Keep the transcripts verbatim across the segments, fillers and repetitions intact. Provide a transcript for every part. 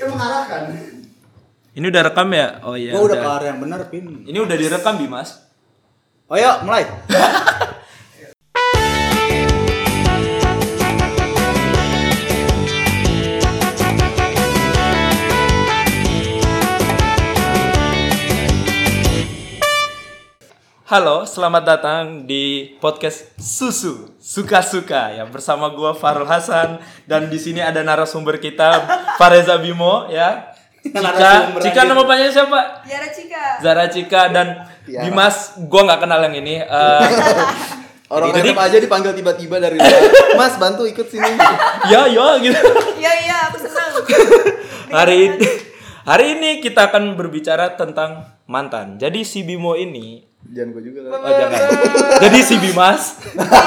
Kan mengarahkan. Ini udah rekam ya? Oh iya. Gua udah ke arah yang benar, Pin. Ini udah direkam, Bimas. Oh yuk, mulai. Halo, selamat datang di podcast Susu Suka-suka ya, bersama gua Farul Hasan dan di sini ada narasumber kita Fareza Bimo ya. Cika, Cika nama panjangnya siapa? Zara Cika. Zara Cika dan Ya. Bimas, gua nggak kenal yang ini. Uh, Orang Jadi- random aja dipanggil tiba-tiba dari luar. Mas, bantu ikut sini. ya ya gitu. Iya iya, aku senang. Hari ini, hari ini kita akan berbicara tentang mantan. Jadi si Bimo ini, Jangan gue juga kan. oh jangan. Jadi si Bimas,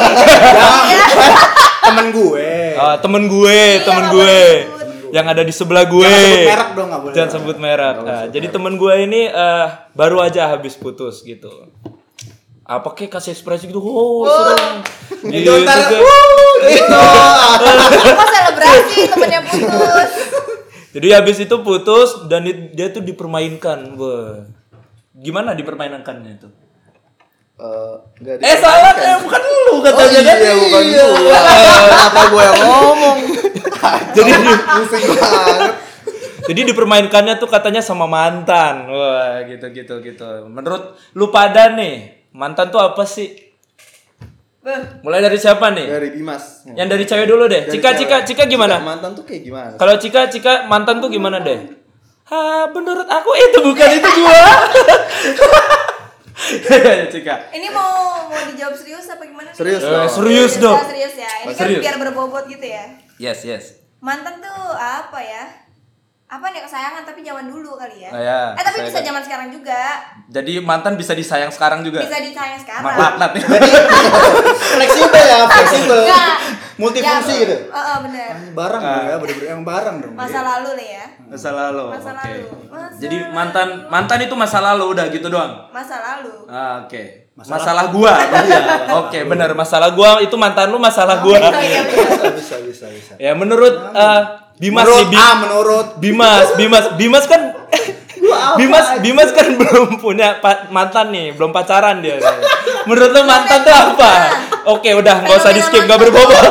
Temen gue. uh, temen gue, Iya, temen nggak gue. boleh disebut. Yang ada di sebelah gue. Jangan sebut merek dong, nggak boleh. Jangan sebut merek. Nah, jadi temen gue ini uh, baru aja habis putus gitu. Apa kek kasih ekspresi gitu? Oh, serem. Gitu Ntar, kan. Itu. Kok selebrasi temennya putus? Jadi habis itu putus dan di- dia tuh dipermainkan. Wah. Gimana dipermainkannya itu? Eh, enggak Eh salah, eh bukan lu katanya kan? iya, bukan gua. Kenapa gue yang ngomong? Jadi Pusing banget. jadi dipermainkannya tuh katanya sama mantan. Wah, gitu gitu gitu. Menurut lu pada nih, mantan tuh apa sih? Beh, Mulai dari siapa nih? Dari Bimas. Yang dari cewek dulu deh. Dari Cika, cewek. Cika, Cika gimana? Mantan tuh kayak gimana? Kalau Cika, Cika mantan tuh gimana deh? Ha, menurut aku itu bukan itu gua. Cika. ini mau mau dijawab serius apa gimana? nih? Serius Eh, dong. serius dong. Ya, serius ya. Ini kan Serius. biar berbobot gitu ya. Yes, yes. Mantan tuh apa ya? Apa nih kesayangan tapi zaman dulu kali ya? Oh, ya, eh tapi bisa kesayangan. zaman sekarang juga. Jadi mantan bisa disayang sekarang juga. Bisa disayang sekarang. Laknat nih. Fleksibel ya, fleksibel. Enggak. Multifungsi Ya, gitu. Heeh, bener. Barang dong ya, bener-bener yang barang dong. Masa lalu lah ya. Masa lalu. Masa Oke. lalu. Masa Jadi mantan mantan itu masa lalu udah gitu doang. Masa lalu. Ah, oke. Masalah- Masalah, gua. Oke, benar masalah gua itu mantan lu masalah gua. Oh, iya, bener. Bisa, bisa, bisa. Ya menurut eh, Bimas Menurut nih, Bi- A, menurut Bimas, Bimas, Bimas kan Bimas, Bimas kan belum punya pa- mantan nih, belum pacaran dia. Menurut lu mantan tuh apa? Oke, udah nggak usah di skip, nggak berbobot.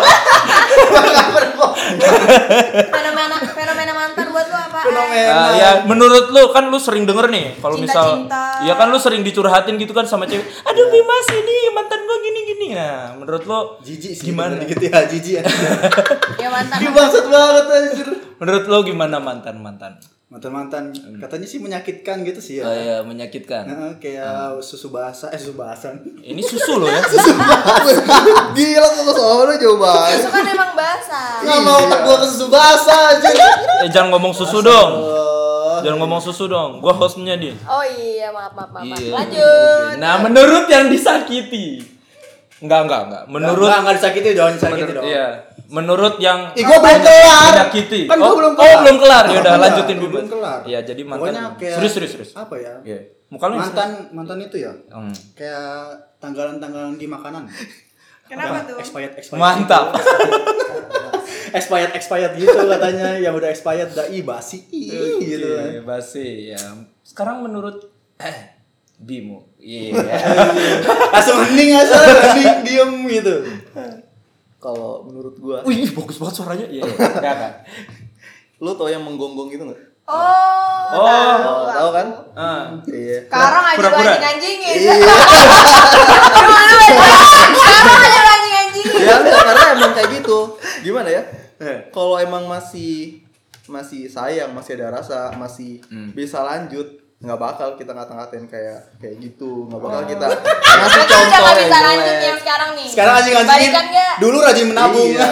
Fenomena fenomena mantan buat lu apa? Fenomena. Ah, ya, menurut lu kan lu sering denger nih, kalau misal, Cinta-cinta. ya kan lu sering dicurhatin gitu kan sama cewek. Aduh Bimas ini mantan gua gini gini. Nah, menurut lu Jijik sih. gimana? Gitu ya, jijik ya. Ya mantan. Dia bangsat banget anjir. Menurut lu gimana mantan mantan? Mantan-mantan katanya sih menyakitkan gitu sih ya. Oh ya, menyakitkan. Nah, kayak susu basah, eh susu bahasan. Ini susu lo ya. Gila kok soalnya jauh banget. Itu kan emang basah. Nggak mau otak gua ke susu basah anjir. Eh jangan ngomong susu dong. Oh. Jangan ngomong susu dong. Gua hostnya dia. Oh iya, maaf maaf maaf. maaf. Iya. Lanjut. Nah, menurut yang disakiti. Enggak, enggak, enggak. Menurut Enggak, enggak disakiti dong, disakiti menurut, dong. iya. Menurut yang Ih, gua belum kelar. menyakiti. Kan oh, gua belum oh, kelar. belum kelar. Ya udah Belum lanjutin kelar, dulu. belum kelar. Iya, jadi mantan. Pokoknya kayak Serius, serius, serius. Apa ya? Iya. Muka lu yang Mantan mantan itu ya. serius. Hmm. Kayak tanggalan-tanggalan di makanan. Kenapa Apa? tuh? Expired, expired. Mantap. expired, expired gitu katanya. Yang udah expired dah ih basi ih, gitu kan. Oke, basi ya. Sekarang menurut eh Bimo. Iya. Langsung hening aja, hening diem gitu. Kalau menurut gua, Wih, bagus banget suaranya. Iya. Enggak, enggak. lu tau yang menggonggong gitu enggak? Oh, Oh, tahu, tahu kan? Ah. Iya. Sekarang aja lu Pura-pura. anjing-anjingin. Iya. Emang lu sekarang aja lu anjing-anjingin. Ya enggak, karena emang kayak gitu. Gimana ya? Eh. Kalau emang masih masih sayang, masih ada rasa, masih Hmm. bisa lanjut, nggak bakal kita ngata-ngatain kayak kayak gitu, nggak bakal Oh. kita ngasih Berarti contoh udah gak yang bisa lanjut jelek. yang sekarang nih. Sekarang anjing-anjingin. Balikan gak? Dulu rajin menabung. Iya.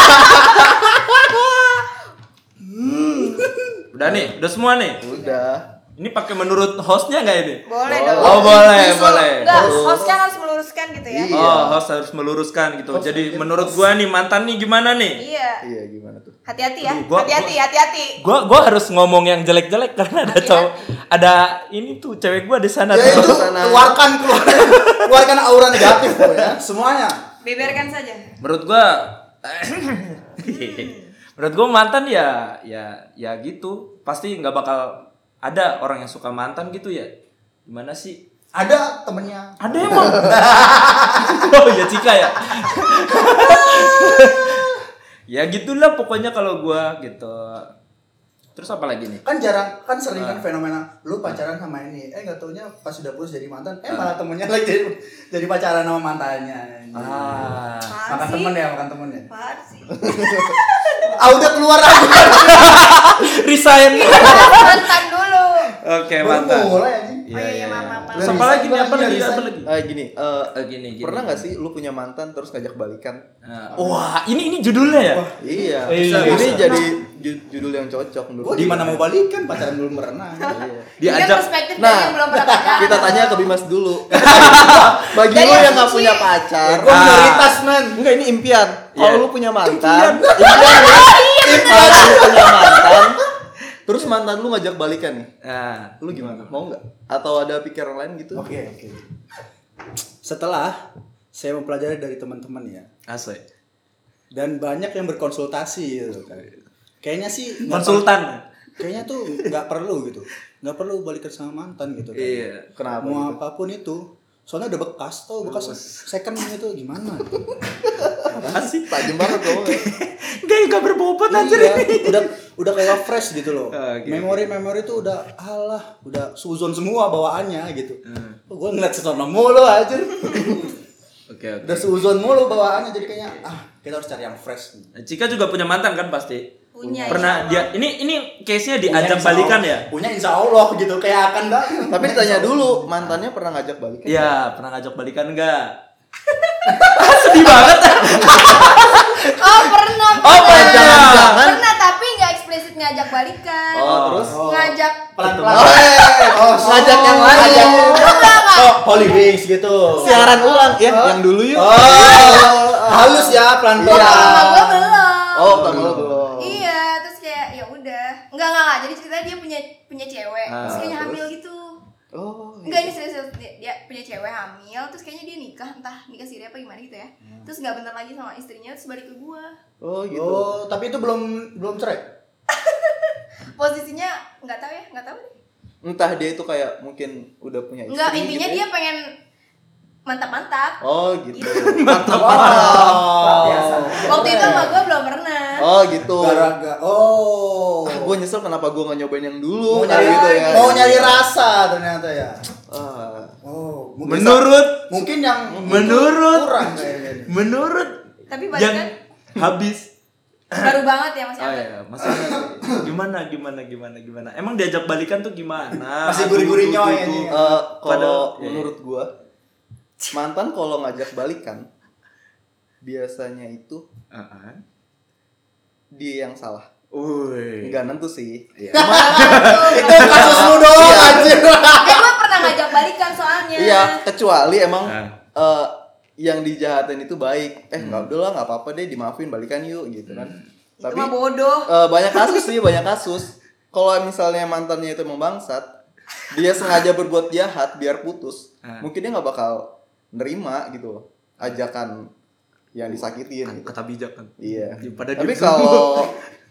Udah nih, udah semua nih. Udah. Ini pakai menurut hostnya nggak ini? Boleh Oh. dong. Oh, boleh, Bisa. boleh. Enggak, Harus. host kan harus meluruskan gitu ya. Iya. Oh, host harus meluruskan gitu. Jadi menurut gua nih mantan nih gimana nih? Iya. Iya, gimana tuh? Hati-hati ya. Aduh, gua- Hati-hati, gua- hati-hati. Gua gua harus ngomong yang jelek-jelek karena ada Hati-hati. cowok, ada ini tuh cewek gua di sana. Ya tuh. itu sana. Keluarkan, keluarkan, keluarkan aura negatif pokoknya. Semuanya. Beberkan saja. Menurut gua Menurut gue mantan ya ya ya gitu. Pasti nggak bakal ada orang yang suka mantan gitu ya. Gimana sih? Ada temennya. Ada emang. Oh ya Cika ya. Ya gitulah pokoknya kalau gue gitu. Terus apa lagi nih? Kan jarang, kan sering kan fenomena lu pacaran sama ini, eh nggak taunya pas sudah putus jadi mantan, eh malah temennya lagi jadi, jadi pacaran sama mantannya. Ah, Makan temen ya, makan temen ya. Apaan sih? Ah udah keluar aja. resign. Mantan dulu. Oke, mantan. Baru mulai anjing. Oh iya, iya, maaf, maaf, maaf. Terus apa lagi nih? Apa lagi? Apa lagi? Ah gini, eh, Eh, gini, gini. pernah nggak sih lu punya mantan terus ngajak balikan? Nah, wah, ini ini judulnya ya? Iya. Iya, Ini bisa. jadi ju- judul yang cocok menurut Gua di mana mau balikan, pacaran belum pernah. Iya. Dia Diajak. perspektif Nah, yang belum pernah pacaran. Kita tanya ke Bimas dulu. Bagi Jadi lu yang nggak asumsi. punya pacar, Gua Ah. prioritas man. enggak ini impian. Kalau Iya. lu punya mantan, impian ya. Kalau lu punya mantan, terus mantan lu ngajak balikan nih. Nah, Lu gimana? Mau nggak? Atau ada pikiran lain gitu? Oke, oke. Setelah saya mempelajari dari teman-teman ya, asli. dan banyak yang berkonsultasi gitu kan. Kayaknya sih nggak Konsultan. per- kayaknya tuh nggak perlu gitu, nggak perlu balikan sama mantan gitu kan. Iya. Kenapa Mau gitu? apapun itu, soalnya udah bekas tuh, bekas second itu gimana? Asik. Tajam banget kamu. Enggak, enggak berbobot aja Iya, nih. udah udah kayak fresh gitu loh. Oke, Memori-memori tuh udah alah, udah suzon semua bawaannya gitu. Hmm. Oh, gue ngeliat sesono mulu aja. Oke, oke. Udah suzon mulu bawaannya jadi kayaknya ah, kita harus cari yang fresh. Cika juga punya mantan kan pasti? Punya. Pernah insya Allah. dia ini ini case-nya Punya diajak insya balikan Allah- ya? Punya insya Allah gitu, kayak akan dah. Tapi ditanya dulu, mantannya pernah ngajak balikan? Iya, pernah ngajak balikan enggak? Sedih banget. Oh pernah. Oh, pernah. jangan-jangan. Pernah tapi nggak eksplisit ngajak balikan. Oh, terus? Ngajak. pelan-pelan. Oh, oh, ngajak yang lain. Enggak, enggak. Oh, Holy Wings gitu. Siaran ulang ya, yang dulu yuk. Oh, halus ya Kalau pelan-pelan. sama gue belum. Oh, sama lo belum. Iya, terus kayak ya udah. Enggak, enggak, enggak. Jadi ceritanya dia punya punya cewek, Ah, terus kayaknya terus? hamil gitu. Oh. Enggak, ini serius, serius. Dia, dia punya cewek hamil, terus kayaknya dia nikah, entah nikah siri apa gimana gitu ya. Terus enggak bentar lagi sama istrinya, terus balik ke gua. Oh, gitu. Oh, tapi itu belum belum cerai. Posisinya enggak tahu ya, enggak tahu deh. Entah dia itu kayak mungkin udah punya istri. Enggak, intinya gitu dia ya. pengen mantap-mantap. Oh, gitu. Mantap. Waktu itu sama gua belum pernah. Oh, gitu. Gara-gara oh. Ah, gue nyesel kenapa gue gak nyobain yang dulu. Mau Kayak nyari gitu ya. mau nyari rasa ternyata ya. Ah. Oh, mungkin Menurut mungkin yang menurut kurang kayaknya. menurut Tapi yang balikan habis. baru banget ya masih Oh hangat. iya, maksudnya gimana gimana gimana gimana. Emang diajak balikan tuh gimana? Masih Aduh, gurih-gurih duh, nyoy duh, ini. duh. Eh, kalau Padahal- iya, menurut gue mantan kalau ngajak balikan biasanya itu Heeh. dia yang salah. Woi. Enggak nentu sih. Iya. Itu kasus lu doang Iya. anjir. Eh gua pernah ngajak balikan soalnya. Iya, kecuali emang Ah. eh, yang dijahatin itu baik. Eh, nggak udah lah, nggak apa-apa deh, dimaafin, balikan yuk gitu kan. Itu Tapi mah bodoh. eh, banyak kasus sih, banyak kasus. Kalau misalnya mantannya itu emang bangsat, dia sengaja berbuat jahat biar putus, Ah. mungkin dia nggak bakal nerima gitu loh, ajakan yang disakitin gitu. Kata bijak kan. Iya. Pada Tapi diem kalau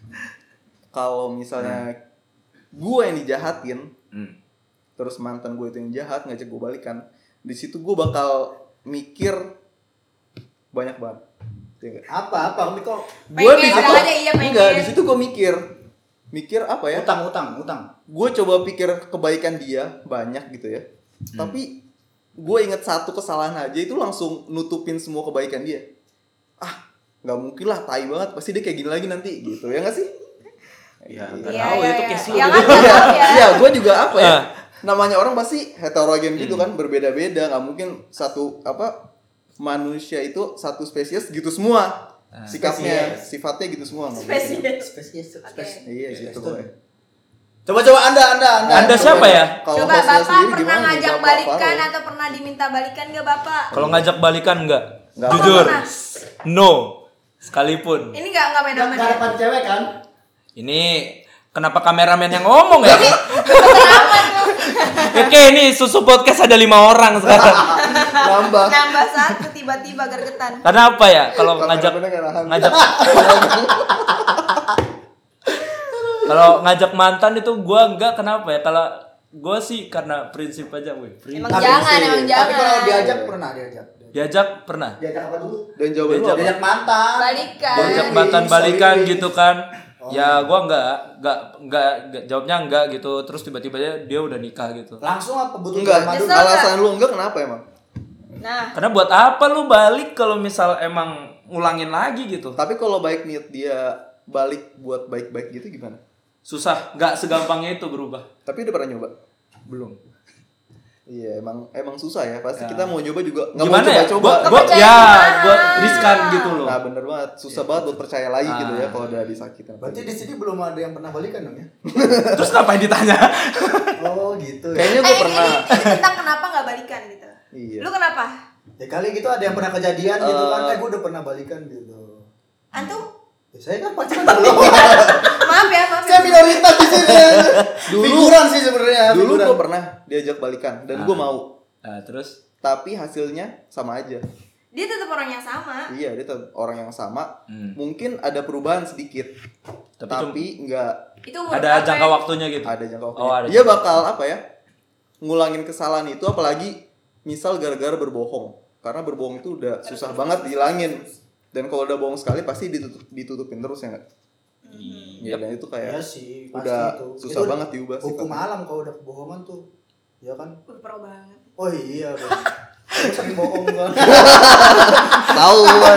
kalau misalnya gue yang dijahatin, Hmm. terus mantan gue itu yang jahat ngajak gue balikan, di situ gue bakal mikir banyak banget. Ya nggak? Apa apa kok Gue di Pengen, situ bilang aja iya pengen. enggak, di situ gue mikir mikir apa ya? utang utang utang. Gue coba pikir kebaikan dia banyak gitu ya. Hmm. Tapi gue inget satu kesalahan aja itu langsung nutupin semua kebaikan dia. Ah, nggak mungkin lah, tai banget. Pasti dia kayak gini lagi nanti gitu ya nggak sih? Ya, Iya. nggak Iya, tahu iya, itu iya. case lu. Yang gitu. ada tahu ya. Iya, gue juga apa ya? Ah. Namanya orang pasti heterogen gitu Hmm. kan, berbeda-beda. Nggak mungkin satu apa manusia itu satu spesies gitu semua. Ah. Sikapnya, Spesies. sifatnya gitu semua. nggak mungkin. Spesies. Spesies Oke. spesies. Iya gitu pokoknya. Coba-coba Anda Anda Anda. Anda siapa ya? Kalau Coba hostnya Bapak sendiri pernah gimana nih, ngajak Bapak balikan Faro? atau pernah diminta balikan gak Bapak? Kalau ngajak balikan enggak? Nggak Jujur. pernah. No. Sekalipun. Ini gak, gak main aman ya? Garapan cewek kan? Ini kenapa kameramen yang ngomong ya? Oke, ini Susu Podcast ada lima orang sekarang. Nambah. Nambah satu tiba-tiba gergetan. Karena apa ya? Kalau Kamera ngajak bener nggak nahan. ngajak kalau ngajak mantan itu gua enggak, kenapa ya? Kalau gua sih karena prinsip aja, weh. Prinsip. Emang jangan, emang jangan. Tapi kalau diajak pernah diajak. Diajak pernah. Diajak apa dulu? Dan jawaban lu Diajak apa? Diajak mantan. Balikan. Diajak Sorry, mantan sorry. balikan gitu kan. Oh. Ya gua enggak, enggak, enggak, enggak, jawabnya enggak gitu. Terus tiba-tiba dia, dia udah nikah gitu. Langsung apa butuh Enggak, drama dulu? Nyesel. alasan lu enggak kenapa emang? Nah, Karena buat apa lu balik kalau misal emang ngulangin lagi gitu? Tapi kalau baik niat dia balik buat baik-baik gitu gimana? Susah, nggak segampangnya itu berubah. Tapi udah pernah nyoba? Belum. Iya, emang emang susah ya. Pasti Ya. kita mau nyoba juga nggak mau Gimana ya? coba-coba. Gua, gua, Kepercayaan ya, mahal. gua riskan gitu loh. Nah, bener banget. Susah banget buat percaya lagi Ah. gitu ya kalau udah disakitin. Berarti di sini belum ada yang pernah balikan dong ya? Terus ngapain ditanya? Oh gitu ya. Kayaknya eh, gue ini, pernah. ini, ini tentang kenapa nggak balikan gitu. Iya. Lu kenapa? Ya kali gitu ada yang pernah kejadian gitu kan, Eh. eh gue udah pernah balikan gitu. Antum? Ya, saya kan pacaran belum. Maaf ya, maaf ya. Saya minoritas di sini. Dulu- Figuran sih sebenarnya. Dulu figuran. gue pernah diajak balikan dan gue Ah. mau. Nah, terus Tapi hasilnya sama aja. Dia tetap orang yang sama. Iya, dia tetap orang yang sama. Hmm. Mungkin ada perubahan sedikit. Tapi Tapi, nggak Itu umur ada berapa jangka ya? waktunya gitu. ada jangka waktunya. Oh, ada Dia jangka. bakal apa ya? Ngulangin kesalahan itu apalagi misal gara-gara berbohong. Karena berbohong itu udah susah banget dihilangin. Dan kalau udah bohong sekali pasti ditutup, ditutupin terus ya nggak? Iya. Ya, dan itu kayak Ya sih, pasti udah itu. susah Itu banget diubah sih. Hukum alam kalau udah kebohongan tuh. Ya kan? Uh, pro banget. Oh iya, Bang. Aku sering bohong kan. Tahu kan?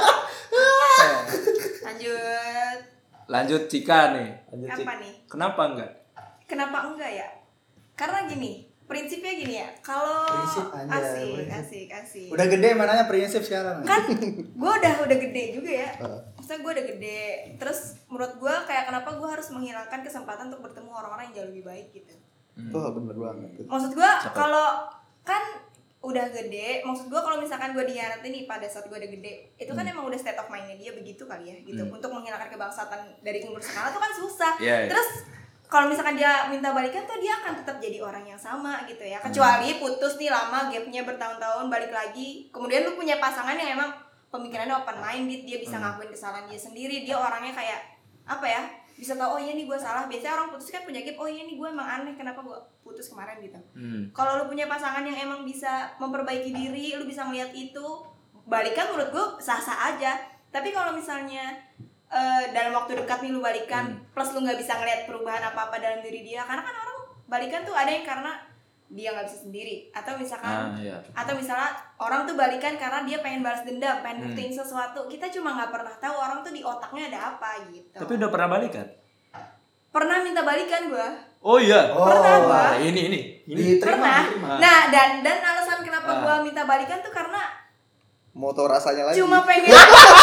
Lanjut. Lanjut Cika nih. Lanjut, Cik. Apa nih? Kenapa enggak? Kenapa enggak ya? Karena gini, prinsipnya gini ya. Kalau Prinsip, anjay, asik, prinsip. asik, asik. Udah gede mananya prinsip sekarang. Kan gue udah udah gede juga ya. Ah. Maksudnya gue udah gede. Terus menurut gue kayak kenapa gue harus menghilangkan kesempatan untuk bertemu orang-orang yang jauh lebih baik gitu. Wah, bener banget. Maksud gue kalau kan udah gede, maksud gue kalau misalkan gue dihianatin nih pada saat gue udah gede, itu kan emang udah state of mind-nya dia begitu kali ya gitu. Hmm. Untuk menghilangkan kebangsaan dari umur sekarang tuh kan susah. Iya, iya. Terus kalau misalkan dia minta balikan tuh dia akan tetap jadi orang yang sama gitu ya. Kecuali putus nih lama gapnya bertahun-tahun balik lagi. Kemudian lu punya pasangan yang emang pemikirannya open minded, dia bisa ngakuin kesalahan dia sendiri, dia orangnya kayak apa ya? Bisa tahu oh iya nih gue salah. Biasanya orang putus kan punya gap, oh iya nih gue emang aneh kenapa gue putus kemarin gitu. Hmm. Kalau lu punya pasangan yang emang bisa memperbaiki diri, lu bisa ngeliat itu, balikan menurut gue sah-sah aja. Tapi kalau misalnya uh, dalam waktu dekat nih lu balikan, Hmm. plus lu nggak bisa ngeliat perubahan apa-apa dalam diri dia, karena kan orang balikan tuh ada yang karena dia nggak bisa sendiri, atau misalkan, Ah, iya. atau misalnya orang tuh balikan karena dia pengen balas dendam, pengen Hmm. buktiin sesuatu. Kita cuma nggak pernah tahu orang tuh di otaknya ada apa gitu. Tapi udah pernah balikan? Pernah minta balikan gua. Oh iya. Oh. Pernah gua. Wah, ini ini. Ini. Diterima, Pernah. diterima. Nah, dan dan alasan kenapa Ah. gua minta balikan tuh karena Mau tau rasanya lagi. cuma pengen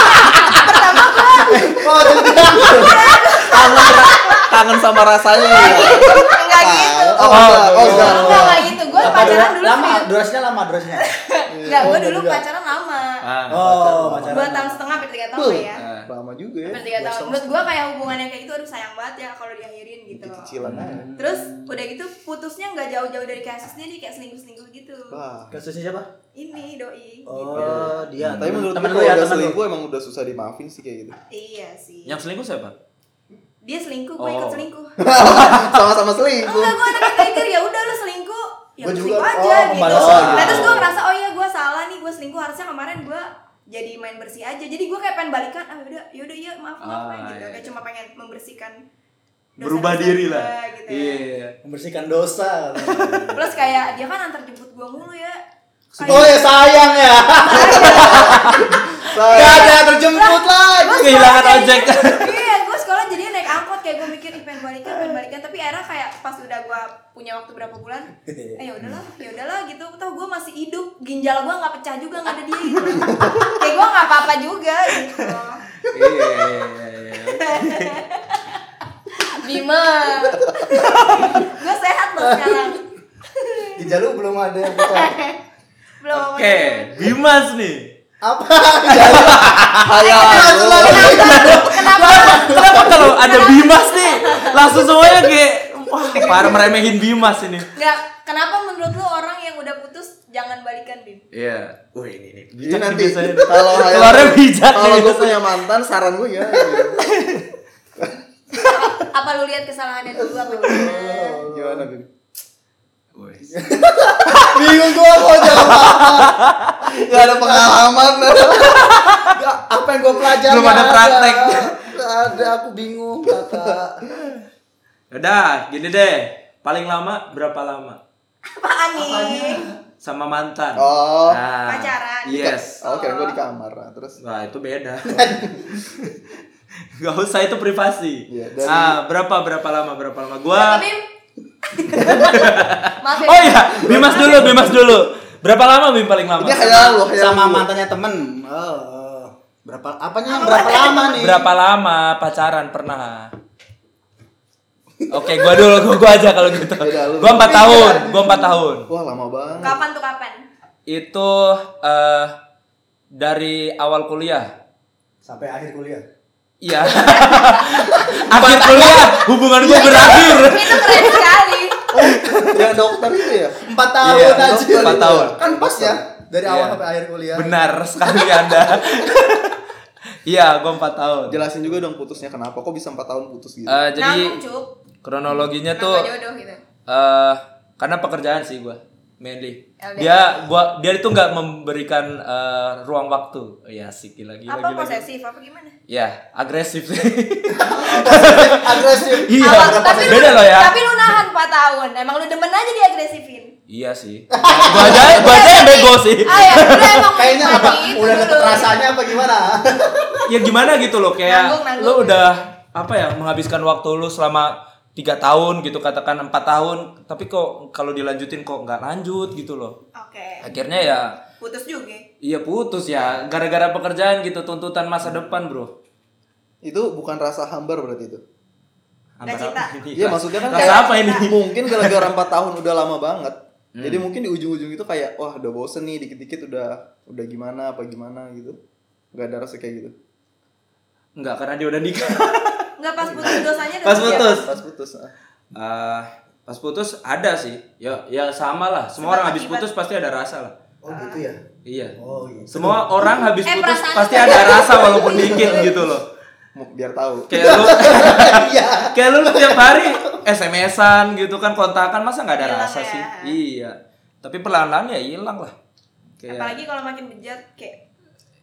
Oh, jadi kangen, ra- kangen sama rasanya ya. enggak gitu. Oh, oh, enggak, oh, enggak. Enggak enggak gitu. Gua Apa pacaran dura- dulu lama, serius. durasinya lama durasinya. Enggak, gua Oh, dulu juga. pacaran lama. Ah, Oh, pacaran. Dua tahun setengah sampai tiga tahun Tuh. lah ya. Ah. Lama juga ya. Sampai tiga tahun. Menurut gua kayak hubungan yang kayak gitu aduh sayang banget ya kalau diakhirin gitu. Cicilan aja. Terus udah gitu putusnya nggak jauh-jauh dari kasusnya, dia kayak selingkuh-selingkuh gitu. Wah. Kasusnya siapa? Ini doi. gitu. Oh, dia. Tapi menurut temen gue lu ya, kalau udah temen lu. selingkuh emang udah susah dimaafin sih kayak gitu. Iya sih. Yang selingkuh siapa? Dia selingkuh, gue ikut Oh. selingkuh. Sama-sama selingkuh. Enggak, gue anak mikir ya udah lu selingkuh, ya Gua lu juga, selingkuh aja oh, gitu. pembalasan. Nah terus gue ngerasa oh iya gue salah nih, gue selingkuh, harusnya kemarin gue jadi main bersih aja. Jadi gue kayak pengen balikan, ah yaudah, yaudah iya maaf maaf Ah, gitu. iya. Kayak cuma pengen membersihkan dosa-dosa Berubah diri gue, lah. gitu ya. Iya. Membersihkan dosa. Plus kayak dia kan antar jemput gue mulu ya. Kayak- Oh ya sayang ya. Gak ada yang terjemput lagi. Gua Kehilangan sekolah ojek. jadi- Iya, gue sekolah jadi naik angkot kayak gue mikir ih pengen balikan, pengen balikan. Tapi akhirnya kayak pas udah gue punya waktu berapa bulan, eh ya udahlah, ya udahlah gitu. Toh gue masih hidup, ginjal gue nggak pecah juga nggak ada dia gitu. Kayak gue nggak apa-apa juga gitu. Iya, iya, iya, iya. Bima, gue sehat loh sekarang. Di jalur belum ada yang pecah. Belum. Oke, Bimas nih. Apa? Hayal. Kenapa? Kenapa? Kenapa kalau ada Bimas nih langsung semuanya kayak Wah, parah meremehin Bimas ini. Nggak, kenapa menurut lu orang yang udah putus jangan balikan, Bim? Iya. Wah, ini nih. Jadi nanti biasanya. kalau keluarnya bijak kalau nih gue biasanya. punya mantan, saran gue ya. Apa lu lihat kesalahannya dulu apa gimana? Gimana, Bim? Wes. Bingung gua mau jawab apa. Gak ada pengalaman. Nggak, apa yang gua pelajari? Belum ada praktek. Gak ada, aku bingung, Kakak. Udah, gini deh. Paling lama berapa lama? Apaan nih? Sama mantan. Oh. Nah, Pacaran. Yes. Oh, kira gue di kamar. Nah, terus Wah, itu beda. Gak usah, itu privasi. Iya, dari- Ah, berapa berapa lama berapa lama? Gua Berapa, Bim? Maaf ya. Oh iya, Bimas dulu, Bimas dulu. Berapa lama Bim paling lama? Ini kayak lu, kayak Sama lu. mantannya temen. Oh, oh. Berapa apanya yang berapa lama nih? Berapa lama pacaran pernah? Oke, gua dulu, gua, gua aja kalau gitu. Beda lu. Gua empat tahun, gua empat tahun. Wah, lama banget. Kapan tuh kapan? Itu eh dari awal kuliah. Sampai akhir kuliah. Iya. Akhir kuliah hubungan gua berakhir. Itu keren sekali. Ya dokter itu ya. Empat tahun Iya, aja. empat tahun. Kan pas ya dari Iya. awal sampai akhir kuliah. Benar sekali Anda. Iya, gua empat tahun. Jelasin juga dong putusnya kenapa kok bisa empat tahun putus gitu. Eh, jadi Nanggung, Cuk. kronologinya Kenapa tuh jodoh gitu? eh karena pekerjaan sih gua mainly. L D R. Dia gua dia itu nggak memberikan eh, ruang waktu. Iya sih, gila gila Apa gila. posesif apa gimana? Ya, agresif sih. Agresif. Iya, Apa- tapi lu, beda loh ya. Tapi lu nahan empat tahun. Emang lu demen aja diagresifin. Iya sih. Gua aja gua aja yang bego sih. Ah ya, lu emang Kayaknya apa? menikmati itu Udah dapet dulu. rasanya apa gimana? Ya gimana gitu loh, kayak Nanggung, nanggung. lu udah apa ya, menghabiskan waktu lu selama tiga tahun gitu, katakan empat tahun, tapi kok kalau dilanjutin kok nggak lanjut gitu loh. Oke. Akhirnya ya Putus juga. iya putus ya, gara-gara pekerjaan gitu, tuntutan masa depan, Bro. Itu bukan rasa hambar berarti itu. Nggak cinta. ini? Iya, maksudnya kan rasa kayak apa ini? mungkin gara-gara empat tahun udah lama banget. Hmm. Jadi mungkin di ujung-ujung itu kayak wah udah bosen nih, dikit-dikit udah udah gimana apa gimana gitu. Gak ada rasa kayak gitu. Enggak, karena dia udah nikah. Enggak pas putus dosanya Pas dapet putus. siapa? Pas putus. ah. Ah, pas putus ada sih. Ya ya sama lah. Semua Sebab orang habis akibat. putus pasti ada rasa lah. Oh gitu ya. Iya. Oh gitu. Semua orang habis Eh, putus perasaan pasti lu ada tadi. rasa walaupun dikit gitu loh. Mau- Biar tahu. Kayak lu Iya. kayak lu tiap hari S M S-an gitu kan, kontakan, masa nggak ada Hilang rasa ya. sih? Iya. Tapi perlahan-lahan ya hilang lah. Kayak Apalagi kalau makin bejat kayak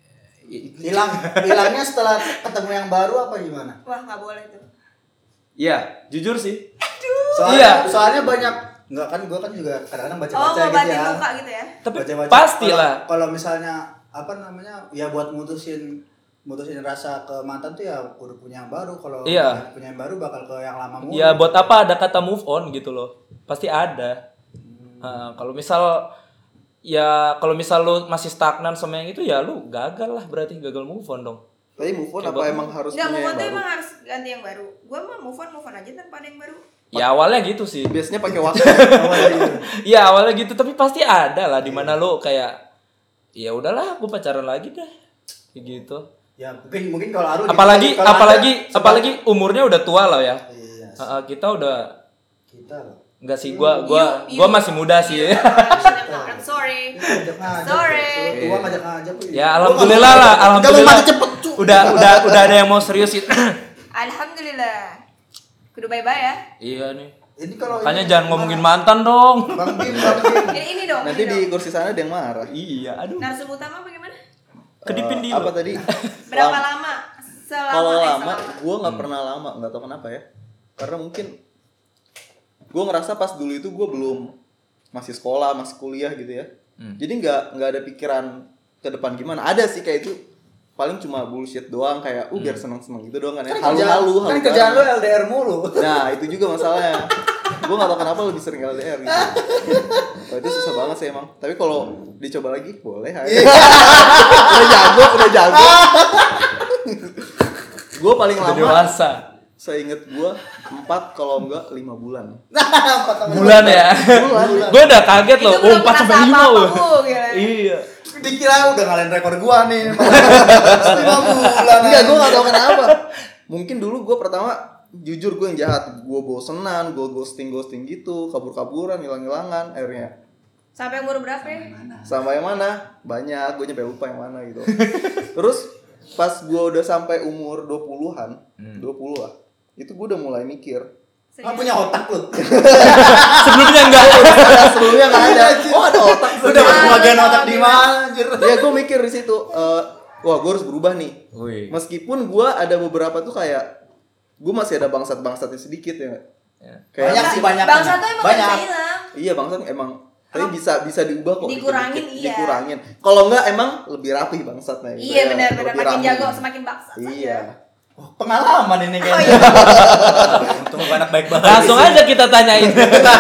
Hilang hilangnya setelah ketemu yang baru apa gimana? wah nggak boleh tuh. Iya, jujur sih. Soalnya, Iya. soalnya banyak enggak kan gua kan juga kadang-kadang Oh, baca-baca mau gitu batin ya. luka gitu ya. Tapi Baca-baca. pastilah. Kalau- Kalau misalnya apa namanya? Ya buat mutusin mutusin rasa ke mantan tuh ya udah punya yang baru. Kalau Iya. udah punya yang baru bakal ke yang lama mulu. Ya buat apa ada kata move on gitu loh. Pasti ada. Hmm. Nah, kalau misal ya kalau misal lu masih stagnan sama yang itu ya lu gagal lah, berarti gagal move on dong. Tapi move on Kayak apa gua- emang harus Nggak, punya move on yang tuh baru? emang harus ganti yang baru. Gua mah move on move on aja tanpa ada yang baru. Ya awalnya gitu sih. Biasanya pakai waktu. Iya awalnya gitu, tapi pasti ada lah di mana lu kayak ya udahlah aku pacaran lagi deh. Kayak gitu. Ya mungkin mungkin kalau Aru Apalagi gitu, kalau apalagi ada sebab- apalagi umurnya udah tua lah ya. Iya. Uh, kita udah Kita loh. enggak sih, gua gua You- gua you- masih muda sih. you- I'm sorry. Ngajak ngajak. Sorry. Tua ngajak ngajak. Ya alhamdulillah lah, alhamdulillah. mati cepet, cu. Udah udah udah ada yang mau serius itu. Alhamdulillah. Kudu bye bye ya. Iya nih. Ini kalau Makanya ini jangan gimana? ngomongin mantan dong. Bang Bim, Bang Bim. Ini ini dong. Nanti ini di dong. kursi sana ada yang marah. Iya, aduh. Narsum utama bagaimana? Kedipin Eh, di apa tadi? Berapa Lam- lama? Selama Kalau eh, lama, selama. gue nggak pernah lama, nggak tahu kenapa ya. Karena mungkin gue ngerasa pas dulu itu gue belum masih sekolah, masih kuliah gitu ya. Hmm. Jadi nggak nggak ada pikiran ke depan gimana. Ada sih kayak itu paling cuma bullshit doang kayak, uh biar seneng-seneng gitu doang kan ya. Kan kerjaan- Halu-halu, Kan halu kerjaan lu banget. L D R mulu. Nah itu juga masalahnya. Gue nggak tahu kenapa lebih sering L D R gitu. Wah, itu susah banget sih emang. Tapi kalau dicoba lagi boleh. aja. Udah jago, udah jago. Gue paling Udah lama dewasa. seinget gue empat kalau enggak lima bulan. Bulan ya. Bulan. Gue udah kaget Itu loh. belum Oh, empat sampai kerasa lima apa-apa, loh. Bu, gila. Iya. Dikira udah ngalahin rekor gua nih. lima bulan. Enggak, gue gak tahu kenapa. Mungkin dulu gue pertama jujur gue yang jahat. Gue bosenan, gue ghosting-ghosting gitu, kabur-kaburan, hilang-hilangan akhirnya. Sampai umur berapa ya? Sama yang mana? Banyak, gue nyampe lupa yang mana gitu. Terus pas gue udah sampai umur dua puluhan, Hmm. dua puluh lah. Itu gue udah mulai mikir. Ah, punya otak lu. Sebelumnya enggak. Sebelumnya enggak ada. Oh, ada otak. Lu dapat pembagian otak di mana anjir? Ya gue mikir di situ, eh, wah gue harus berubah nih. Wih. Meskipun gue ada beberapa tuh kayak gue masih ada bangsat-bangsatnya sedikit ya. Ya. Kayak Banyak sih, banyak. Bangsa tuh emang Banyak. gak bisa hilang. iya bangsat emang tapi bisa bisa diubah kok. Dikurangin, dikit-dikit. iya. Dikurangin. Kalau enggak emang lebih rapi bangsatnya. gitu Iya ya. benar-benar Lebih makin rapi. jago semakin baksa saja. Iya. Oh, pengalaman ini Oh, kayaknya. iya. Untung gua anak baik banget. Langsung aja kita tanyain.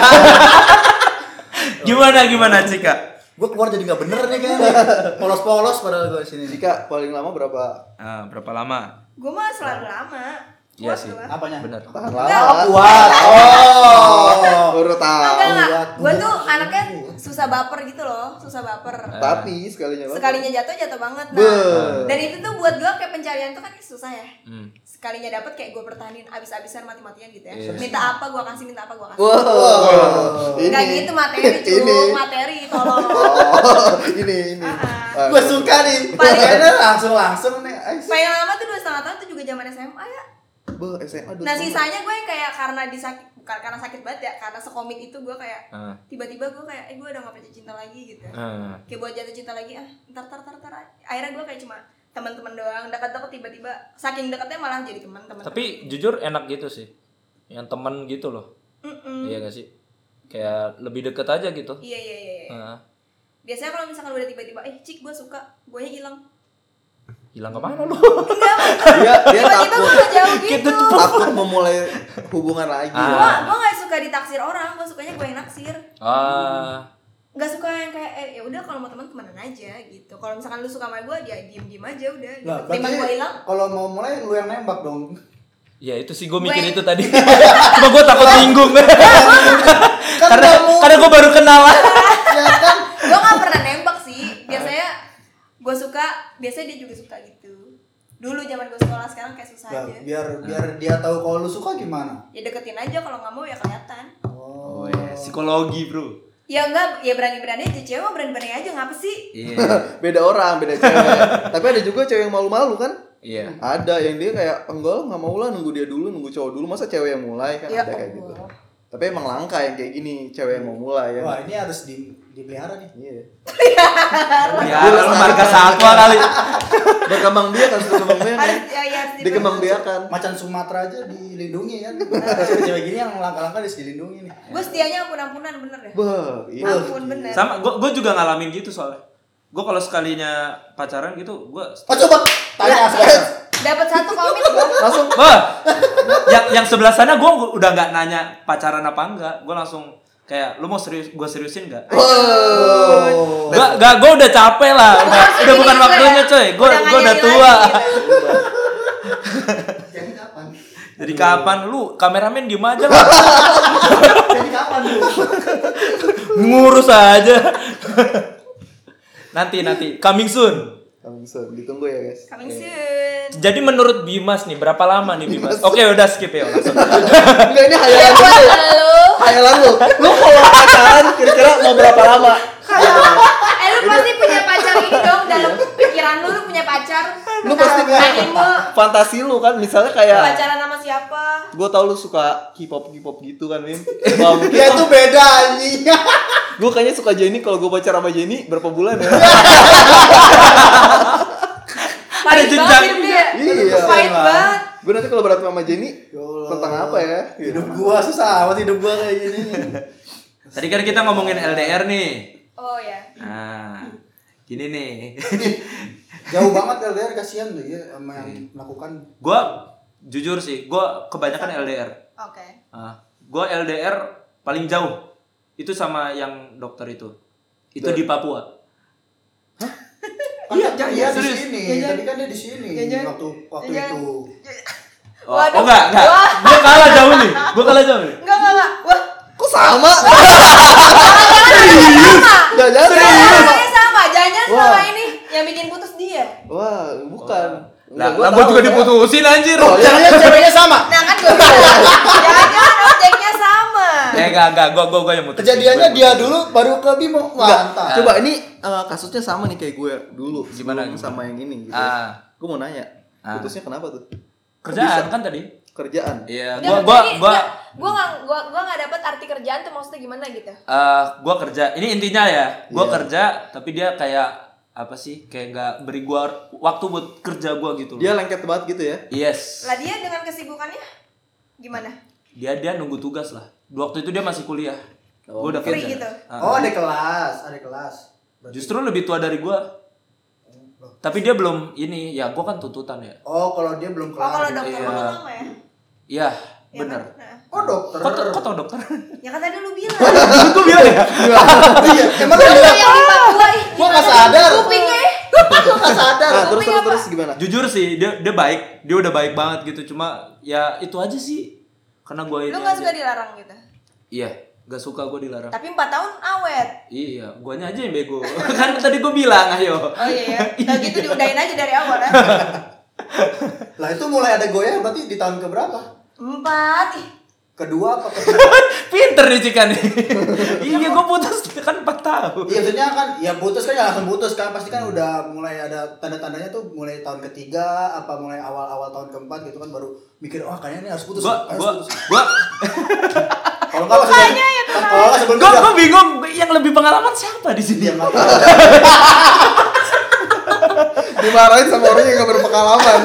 Gimana gimana Cika? Gua keluar jadi enggak bener nih kayaknya. Polos-polos padahal gua sini. Jika paling lama berapa? Ah, berapa lama? Gue mah selalu lama. Iya Kuat sih. gua. Apanya? Bener. Tahan Enggak. lama. Kuat. Oh. Baru tahu. Enggak enggak. kuat. Gue tuh anaknya susah baper gitu loh, susah baper. Tapi sekalinya bapak. Sekalinya jatuh jatuh banget. Be. Nah, dan itu tuh buat gue kayak pencarian tuh kan susah ya. Hmm. Sekalinya dapet kayak gue pertahanin abis-abisan mati-matian gitu ya. Iya. Minta apa gue kasih, minta apa gue kasih. Wow. Enggak gitu materi Ini. cuy, materi tolong. Oh, ini ini. Ah, Ah. Gua suka nih. Paling- Kayaknya langsung-langsung nih. Ais. Paling lama tuh dua setengah tahun tuh juga zaman S M A ya. Be, S M A dulu. Nah sisanya gue yang kayak karena disakit, bukan karena sakit banget ya, karena sekomit itu gue kayak Ah. tiba-tiba gue kayak eh gue udah gak percaya cinta lagi gitu. Ah. Kayak buat jatuh cinta lagi ah ntar ntar ntar ntar. Akhirnya gue kayak cuma teman-teman doang, dekat-dekat tiba-tiba saking dekatnya malah jadi teman-teman. Tapi jujur enak gitu sih. Yang temen gitu loh. Mm-mm. Iya gak sih? Kayak lebih deket aja gitu. Iya iya iya. iya. Ah. Biasanya kalau misalkan udah tiba-tiba eh cik gue suka, gue nya hilang. Hilang kemana lu? Dia dia Tiba-tiba takut gue jauh gitu. takut memulai hubungan lagi. Ah. Gue gue nggak suka ditaksir orang, gue sukanya gue yang naksir. Ah. Nggak suka yang kayak eh ya udah kalau mau teman temenan aja gitu. Kalau misalkan lu suka sama gue dia diem diem aja udah. Gitu. Lah, Tiba gue berarti hilang. kalau mau mulai lu yang nembak dong. Ya itu sih gue mikir Gue- itu tadi. Cuma gue takut nyinggung. Kan karena kamu karena gue baru kenal. ya kan. Gue nggak pernah nembak sih. Biasanya gue suka, biasanya dia juga suka gitu. Dulu zaman gue sekolah, sekarang kayak susah Lah, aja. biar biar dia tahu kalau lu suka gimana. Ya deketin aja, kalau nggak mau ya kelihatan. Oh iya, psikologi bro. Ya enggak, ya berani-berani aja, cewek mah berani-berani aja, ngapa sih? Iya. Beda orang, beda cewek. Tapi ada juga cewek yang malu-malu kan? Iya. Ada yang dia kayak enggak nggak mau lah, nunggu dia dulu, nunggu cowok dulu, masa cewek yang mulai kan Ya ada kayak gitu. Allah. Tapi emang langka yang kayak gini, cewek yang mau mulai ya. Wah, ini harus di dipelihara nih. Iya. Ya, lu marga satwa kali. Berkembang biak kan, berkembang biak. Harus ya ya harus Dikembang biakan. Macan Sumatera aja dilindungi kan. Cewek-cewek gini yang langka-langka harus dilindungi nih. Gue setianya ampun-ampunan bener ya. Bah, iya. Ampun bener. Sama gue gue juga ngalamin gitu soalnya. Gue kalau sekalinya pacaran gitu, gue Oh coba tanya sekarang. Dapat satu komit gue. Langsung Wah, yang yang sebelah sana gue udah nggak nanya pacaran apa enggak, gue langsung kayak lu mau serius, gue seriusin nggak? Oh. Gak, gak, gue udah capek lah, udah, Langsung udah gini bukan juga waktunya ya. coy, gue Udah gue nggak udah nyari tua. lagi gitu. Jadi kapan? Jadi kapan lu kameramen diem aja lah, Jadi kapan lu? ngurus aja. Nanti nanti coming soon. Coming soon, ditunggu ya guys. Coming soon. Jadi menurut Bimas nih berapa lama nih Bimas? Oke udah skip ya langsung. Enggak, ini hayalan Buat lu. lu. Hayalan lu. Lu kalau pacaran kira-kira mau berapa lama? Eh lu pasti punya pacar ini dong dalam pikiran lu, lu punya pacar. Lu pasti punya anime. fantasi lu kan, misalnya kayak Pacaran sama siapa? gue tau lu suka K-pop K-pop gitu kan, Win. Wah, mungkin Ya itu beda anjing. gue kayaknya suka Jenny. Kalau gue pacar sama Jenny berapa bulan ya? Pahit jenjang. banget hidup dia. Iya. Pahit banget. Gue nanti kalau berantem sama Jenny Ya Allah. tentang apa ya? Hidup gua susah amat hidup gua kayak gini. Tadi kan kita ngomongin L D R nih. Oh ya. Nah, gini nih. Jauh banget L D R, kasihan tuh ya sama yang melakukan. Gue jujur sih, gue kebanyakan L D R. Oke. Ah, gue L D R paling jauh itu sama yang dokter itu. Itu di Papua. Iya, iya, di serius. sini. Jajan. Tapi kan dia di sini Jajan. waktu waktu Jajan. itu. Oh, Waduh. oh enggak, enggak. Wah. Gue kalah jauh nih. Gue kalah jauh nih. Enggak enggak enggak. Wah. Kok sama? Sama. Jangan Orangnya sama. Jangan-jangan Wah. sama ini yang bikin putus dia. Wah, bukan. Lah, Gua lah tahu, gua juga gua- diputusin anjir. Oh, jangan ceweknya sama. Nah kan gue bilang, jangan-jangan objeknya sama. Eh enggak enggak, gua gua gua yang mutusin. Kejadiannya Gua yang dia mutusin. dulu baru ke Bimo. Enggak, Mantap. coba ini eh, kasusnya sama nih kayak gue dulu. Gimana, sebelum gimana? sama yang ini gitu. Ah. Gue mau nanya, Ah. putusnya kenapa tuh? Kerjaan kan tadi? Kerjaan. Iya, Enggak, gua gua jadi, gua enggak, gua nggak gua gua nggak dapet arti kerjaan tuh maksudnya gimana gitu. eh gua kerja. Ini intinya ya. Gua Iya. kerja tapi dia kayak apa sih? Kayak nggak beri gua waktu buat kerja gua gitu. Dia lengket banget gitu ya. Yes. Lah dia dengan kesibukannya gimana? Dia dia nunggu tugas lah. Waktu itu dia masih kuliah. Oh, Gua udah free kerja. gitu? Ah. Oh, ada kelas, ada kelas. Berarti- Justru lebih tua dari gua. Tapi dia belum ini, ya gua kan tuntutan ya. Oh, kalau dia belum Oh kalau kelar. dokter Iya. mah lama ya? Iya, Ya benar. kan? Nah. Oh, dokter. Kok kok tau dokter? Ya kan tadi lu bilang. Gua bilang ya. Iya, emang lu Lu bilang. yang di Papua ih, Gua nggak gimana? sadar. Kupingnya. Gua nggak sadar. Nah, terus Kuping terus apa? terus gimana? Jujur sih, dia dia baik. Dia udah baik banget gitu. Cuma ya itu aja sih. Karena gua ini. Lu nggak aja. suka dilarang gitu. Iya, gak suka gua dilarang. Tapi empat tahun awet. Iya, guanya aja yang bego. Kan tadi gua bilang, ayo. Oh iya ya. Nah gitu diudahin aja dari awal ya. Lah itu mulai ada goyah berarti di tahun keberapa? Empat. Ih, Kedua apa ketiga? Pinter nih Cika nih. Iya, gua putus kan empat tahun. Iya, maksudnya kan ya putus kan ya langsung putus kan, pasti kan udah mulai ada tanda-tandanya tuh mulai tahun ketiga apa mulai awal-awal tahun keempat gitu kan baru mikir wah kayaknya ini harus putus. Gua harus gua putus. gua Kalau enggak masih Makanya ya, tenang. kalau enggak sebelum gua, itu gua bingung yang lebih pengalaman siapa di sini. dia enggak tahu. Dimarahin sama orang yang gak berpengalaman.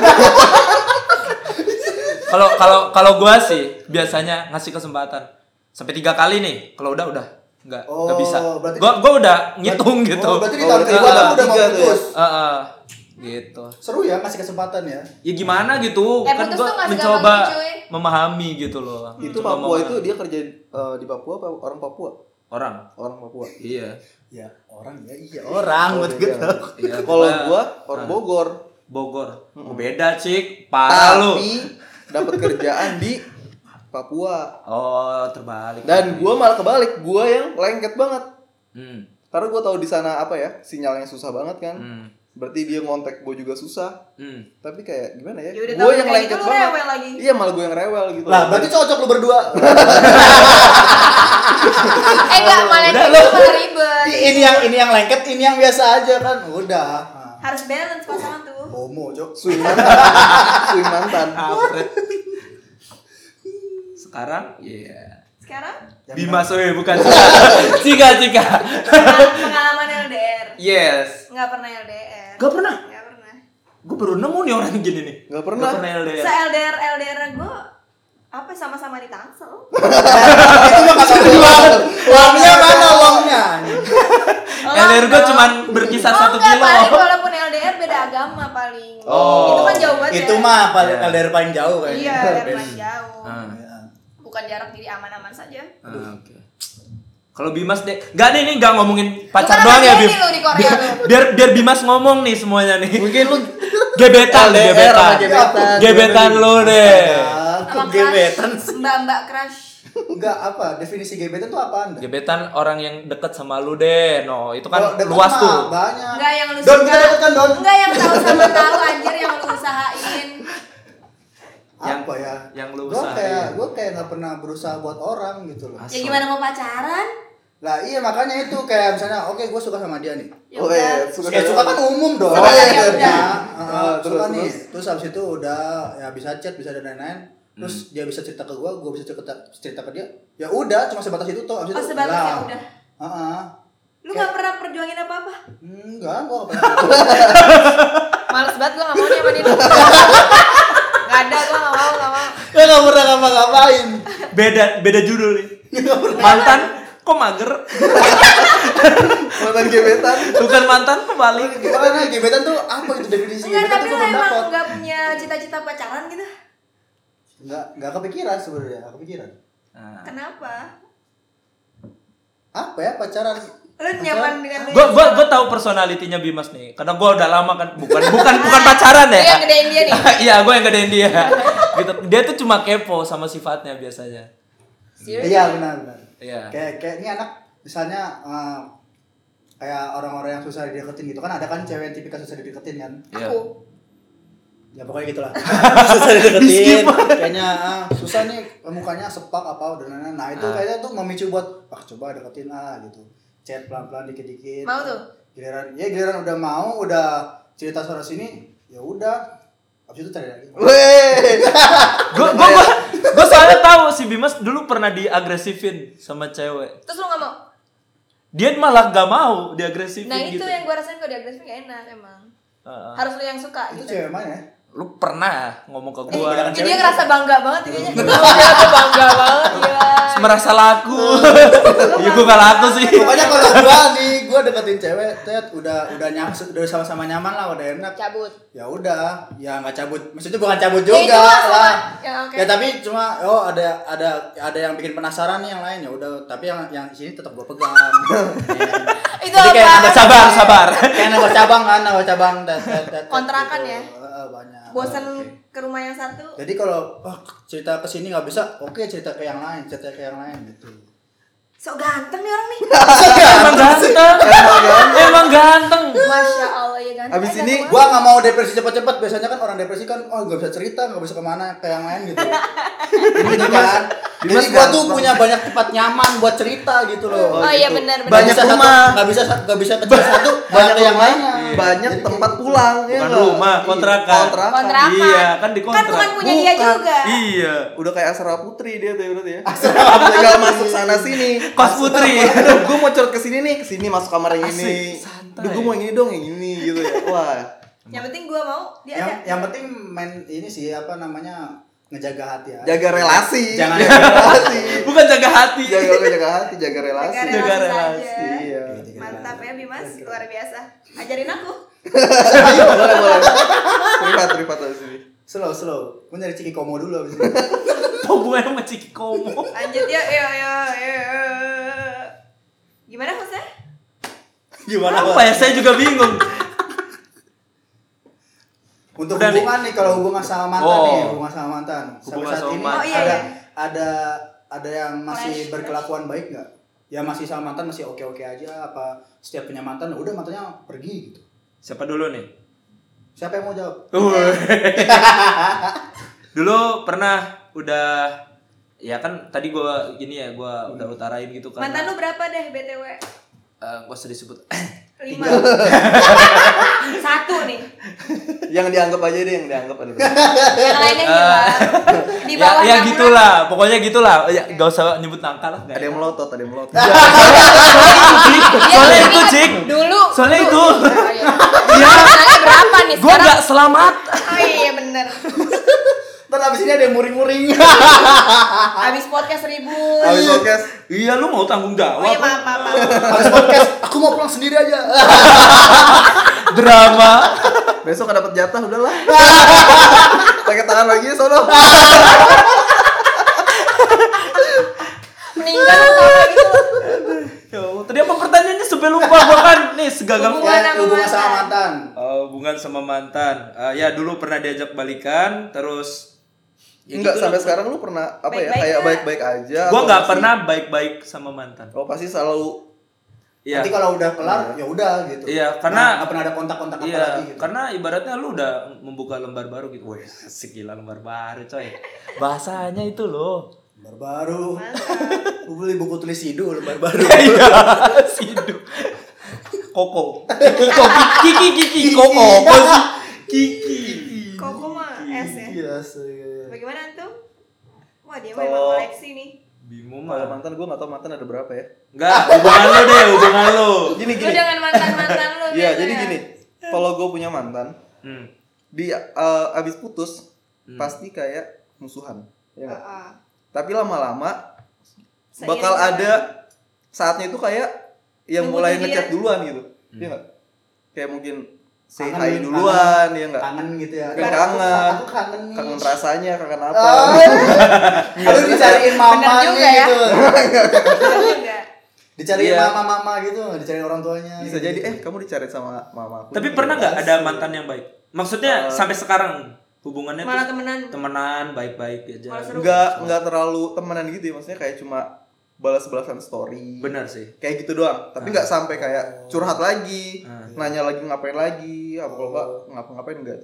Kalau kalau kalau gua sih biasanya ngasih kesempatan sampai tiga kali nih. Kalau udah udah nggak Oh, nggak bisa. berarti- Gua gua udah ngitung gitu. Oh, berarti di Oh, tahun berarti kedua ada kamu udah mau tiga tuh ya? putus. Heeh. Gitu. Seru ya kasih kesempatan ya. Ya gimana gitu? Eh, Kan putus gua tuh nggak mencoba segampang, cuy. memahami gitu loh. Itu Mencoba Papua itu memahami. dia kerja eh, di Papua apa orang Papua? orang. Orang Papua. Iya. Ya, orang ya iya orang Oh, buat beda. gitu. Iya, Kalau pokoknya- gua orang Ah. Bogor. Bogor. Oh, beda, Cik. Parah lu. Tapi dapat kerjaan di Papua. Oh, terbalik. Dan gua malah kebalik, gua yang lengket banget. Hmm. Karena gua tahu di sana apa ya, sinyalnya susah banget kan. Hmm. Berarti dia ngontek gua juga susah. Hmm. Tapi kayak gimana ya? Ya udah Gua tahu yang kayak lengket gitu, lu banget. rewel lagi. Iya, malah gua yang rewel gitu. Lah, berarti cocok lu berdua. Eh enggak malah Udah, gitu lu. malah ribet. ini yang ini yang lengket, ini yang biasa aja kan. Udah. Nah. Harus balance pasangan tuh. Homo, Cok. swing mantan. swing mantan. Kampret. Sekarang, iya. Sekarang Bima Soe bukan Cika. Cika. pengalaman pengalaman L D R. Yes. Enggak pernah L D R. Gak pernah. Enggak pernah. Gue baru nemu nih orang gini nih. Gak pernah. Gak pernah L D R. Se L D R L D R gue apa sama-sama di Tangsel. Itu mah kata uang. Uangnya mana uangnya? L D R gue cuman berkisar satu Oh, enggak, kilo. paling walaupun L D R beda agama paling. Oh. Itu kan jauh banget. Itu ya. mah paling Iya. L D R paling jauh kayaknya. Iya, L D R paling jauh. Ah. Iya. Bukan jarak, jadi aman-aman saja. Ah, Oke. Kalau Bimas deh, gak nih nih gak ngomongin pacar Lu kan doang ya ada Bim. ini lu di Korea lu. biar biar Bimas ngomong nih semuanya nih. Mungkin lu Gebetan, L D R gebetan. sama gebetan. Gebetan lu deh. Sama Aku gebetan. crush, mbak-mbak crush. Enggak apa? Definisi gebetan tuh apaan? Gebetan orang yang deket sama lu deh. No, itu kan Kalau deket luas mah tuh. Banyak. Enggak yang lu Don, suka. kita deket kan, Don? Enggak yang tahu sama tahu anjir yang lu usahain. Yang- Apa ya? yang lu Gua usahain. kayak gue kayak nggak pernah berusaha buat orang gitu loh. Asal. Ya gimana mau pacaran? Lah iya makanya itu kayak misalnya oke gue suka sama dia nih. Ya Oh, udah. iya, suka Ya suka kan umum dong. Suka ya Ya, udah. uh, Ah, suka terus, nih. terus. Terus habis itu udah ya bisa chat, bisa dan lain-lain. Terus Hmm. dia bisa cerita ke gue, gue bisa cerita cerita ke dia. Ya udah, cuma sebatas itu tuh. Habis Oh, itu sebatas ya hilang. udah. Heeh. Lu gak pernah perjuangin apa-apa? Enggak, gue gak pernah. Males banget gua gak mau nih sama dia. Gak ada, gua gak mau, gak mau. Ya gak pernah ngapa-ngapain. Beda beda judul nih. Mantan kok mager? mantan gebetan. Bukan mantan kok balik. Gimana gebetan tuh apa itu definisi Enggak, gebetan tapi tuh lu gue belum emang dapat. gak punya cita-cita pacaran gitu? Enggak, enggak kepikiran sebenarnya, enggak kepikiran. Nah. Kenapa? Apa ya pacaran? Lu nyaman dengan lu Gue yang gue sama? gue tahu personalitinya Bimas nih. Karena gue udah lama kan bukan bukan bukan pacaran Lu ya. yang gedein dia nih? Iya, gue yang gedein dia. Gitu. Dia tuh cuma kepo sama sifatnya biasanya. Serius? Iya benar benar. Iya. Kayak kayak ini anak misalnya eh, kayak orang-orang yang susah dideketin gitu kan ada kan cewek yang tipikal susah dideketin kan. Iya. Aku. Ya pokoknya gitulah. Susah dideketin. Kayaknya ah, susah nih mukanya sepak apa udah nana. Nah itu Ah. kayaknya tuh memicu buat ah coba deketin ah gitu. Chat pelan-pelan dikit-dikit. Mau tuh? Giliran ya giliran udah mau udah cerita soal sini ya udah. Abis itu cari lagi. Weh. Gue gue gue soalnya tahu si Bimas dulu pernah diagresifin sama cewek. Terus lu gak mau? Dia malah gak mau diagresifin Nah itu gitu. yang gue rasain kalau diagresifin gak enak emang. Uh, Harus lu yang suka Itu gitu. cewek mana ya? lu pernah ngomong ke Eh, gua Banyak dia cewek. ngerasa bangga banget kayaknya. Dia ngerasa bangga banget gila. merasa laku. Ya gua gak laku sih. Pokoknya kalau gua nih, gua deketin cewek, tet udah udah nyam, udah sama-sama nyaman lah, udah enak. Cabut. Ya udah, ya nggak cabut. Maksudnya bukan cabut Ya, juga itu mah sama. lah. Ya, oke. Ya tapi cuma oh ada ada ada yang bikin penasaran nih yang lain ya udah. Tapi yang yang di sini tetap gua pegang. Ya. Itu Jadi kayak apa? nambah Sabar, sabar. Kayak nambah cabang kan, nambah cabang. tet, tet, tet, tet, Kontrakan gitu. ya? Heeh, banyak. Bosan Oke. ke rumah yang satu. Jadi kalau oh, cerita ke sini nggak bisa, oke cerita ke yang lain, cerita ke yang lain gitu. Sok ganteng nih orang nih. Emang ganteng. Emang ganteng. Masya Allah ya ganteng. Abis Eh, ini ganteng Gua nggak mau depresi cepet-cepet. Biasanya kan orang depresi kan, oh nggak bisa cerita, nggak bisa kemana ke yang lain gitu. Ini kan. Jadi Dimas gua tuh ganteng. punya banyak tempat nyaman buat cerita gitu loh. Oh iya gitu. benar benar. Nggak Banyak bisa satu- rumah. nggak bisa nggak bisa ke satu, banyak banyak yang rumah, lainnya. banyak Jadi tempat kayak gitu. pulang ya Bukan nggak? rumah, kontrakan. Kontrakan. Kontrakan. Iya, kan di Kan kontrak. bukan punya dia Bukan. juga. Iya. Udah kayak Asra Putri dia tuh berarti ya. Tinggal masuk sana sini. Kos Putri. Aduh, gue mau curhat ke sini nih, ke sini masuk kamar yang Asik, ini. santai. Aduh, gue mau yang ini dong, yang ini gitu ya. Wah. Yang penting gua mau dia Yang ada. yang penting main ini sih apa namanya ngejaga hati ya. Jaga relasi. Jangan jaga relasi. Bukan jaga hati. Jaga jaga hati, jaga relasi. Jaga Jaga relasi relasi. saja. Iya. Mantap ya Bimas, luar biasa. Ajarin aku. Ayo, boleh boleh. Privat privat dari sini. Slow slow. Gua nyari Ciki Komo dulu abis ini. Hubungannya sama Ciki Komo. Lanjut ya, ya, ya, ya. Gimana Jose? Gimana? Apa ya? Saya juga bingung. Untuk Udah hubungan nih, kalau hubungan sama mantan Oh. nih, hubungan sama mantan. Sampai Hubungan saat sama ini mantan. Oh, iya, ada iya. ada ada yang masih Fresh, berkelakuan baik nggak? Ya masih sama mantan masih oke-oke aja apa setiap punya mantan udah mantannya pergi gitu. Siapa dulu nih? Siapa yang mau jawab? Dulu pernah udah ya kan tadi gua gini ya gua udah utarain gitu kan. Mantan lu berapa deh B T W? Eh, gak usah disebut. Lima. Satu nih. Yang dianggap aja deh, yang dianggap ada. Yang lainnya hilang. Di ya, bawah ya enam gitulah, pokoknya gitulah. Ya, gak usah nyebut angka lah. Ada yang melotot, ada yang melotot. bulan. Soalnya Iya, itu, ingat. Cik. Dulu. Soalnya dulu. itu. Oh, iya. Nanya berapa nih Gua sekarang? gak selamat. Oh iya bener. Ntar abis ini ada yang muring-muring. Habis podcast ribut. Habis podcast. Iya, lu mau tanggung Oh jawab. iya maaf maaf. maaf. Habis podcast, aku mau pulang sendiri aja. Drama. Besok gak dapet jatah udahlah. Pakai tangan lagi sono. Meninggal atau apa gitu. Ya Allah, tadi apa pertanyaannya sampai lupa gua kan nih segagal. Hubungan Ya, sama hubungan sama mantan. mantan. Oh, hubungan sama mantan. Eh, ya dulu pernah diajak balikan, terus ya Enggak, gitu sampai lah. sekarang lu pernah apa ya? Baik-baik Kayak nggak? baik-baik aja. Gua atau nggak masih- pernah baik-baik sama mantan. Oh, pasti selalu Iya. Nanti kalau udah kelar ya udah gitu. Iya, karena- Nah, nggak pernah ada kontak-kontak apa Iya, lagi gitu. karena ibaratnya lu udah membuka lembar baru gitu. Wih, asik gila lembar baru, coy. Bahasanya itu loh. Lembar baru. Mantap. Gue beli buku tulis Sidu lembar baru. Iya, sidu. Koko. Kiki, Kiki, Kiki, Koko. Apa sih? Kiki. Koko mah S ya. Iya, sih. Bagaimana antum? Wah dia Kalau- memang koleksi nih. Bimo kalau mah. mantan gue nggak tahu mantan ada berapa ya. Enggak, hubungan lu deh, hubungan lu. Gini Lu gini. dengan mantan-mantan lu. Iya, gitu jadi ya? gini. Kalau gue punya mantan, Hmm. di eh, abis putus Hmm. pasti kayak musuhan. Ya nggak? Heeh. Tapi lama-lama Seiring bakal jalan. ada saatnya itu kayak yang Nunggu mulai dia. ngechat duluan gitu. Iya nggak? Kayak mungkin say Kangen, hi duluan, ya nggak? Kangen gitu ya. Kangen. Kangen. Aku kangen nih. Kangen rasanya, kangen apa? Oh, Aduh dicariin mama Bener juga ya. gitu. Bener juga. Dicariin Iya. mama-mama gitu, dicariin orang tuanya. Bisa gitu. jadi eh kamu dicari sama mama aku. Tapi pernah nggak ada mantan yang baik? Maksudnya Eh, sampai sekarang hubungannya Malah tuh temenan. temenan baik-baik aja. Malah seru. Nggak nggak terlalu temenan gitu ya, maksudnya kayak cuma balas-balasan story. Benar sih. Kayak gitu doang. Tapi nggak sampai kayak curhat lagi, Ah. nanya lagi ngapain lagi, apa kalau nggak ngapa-ngapain enggak.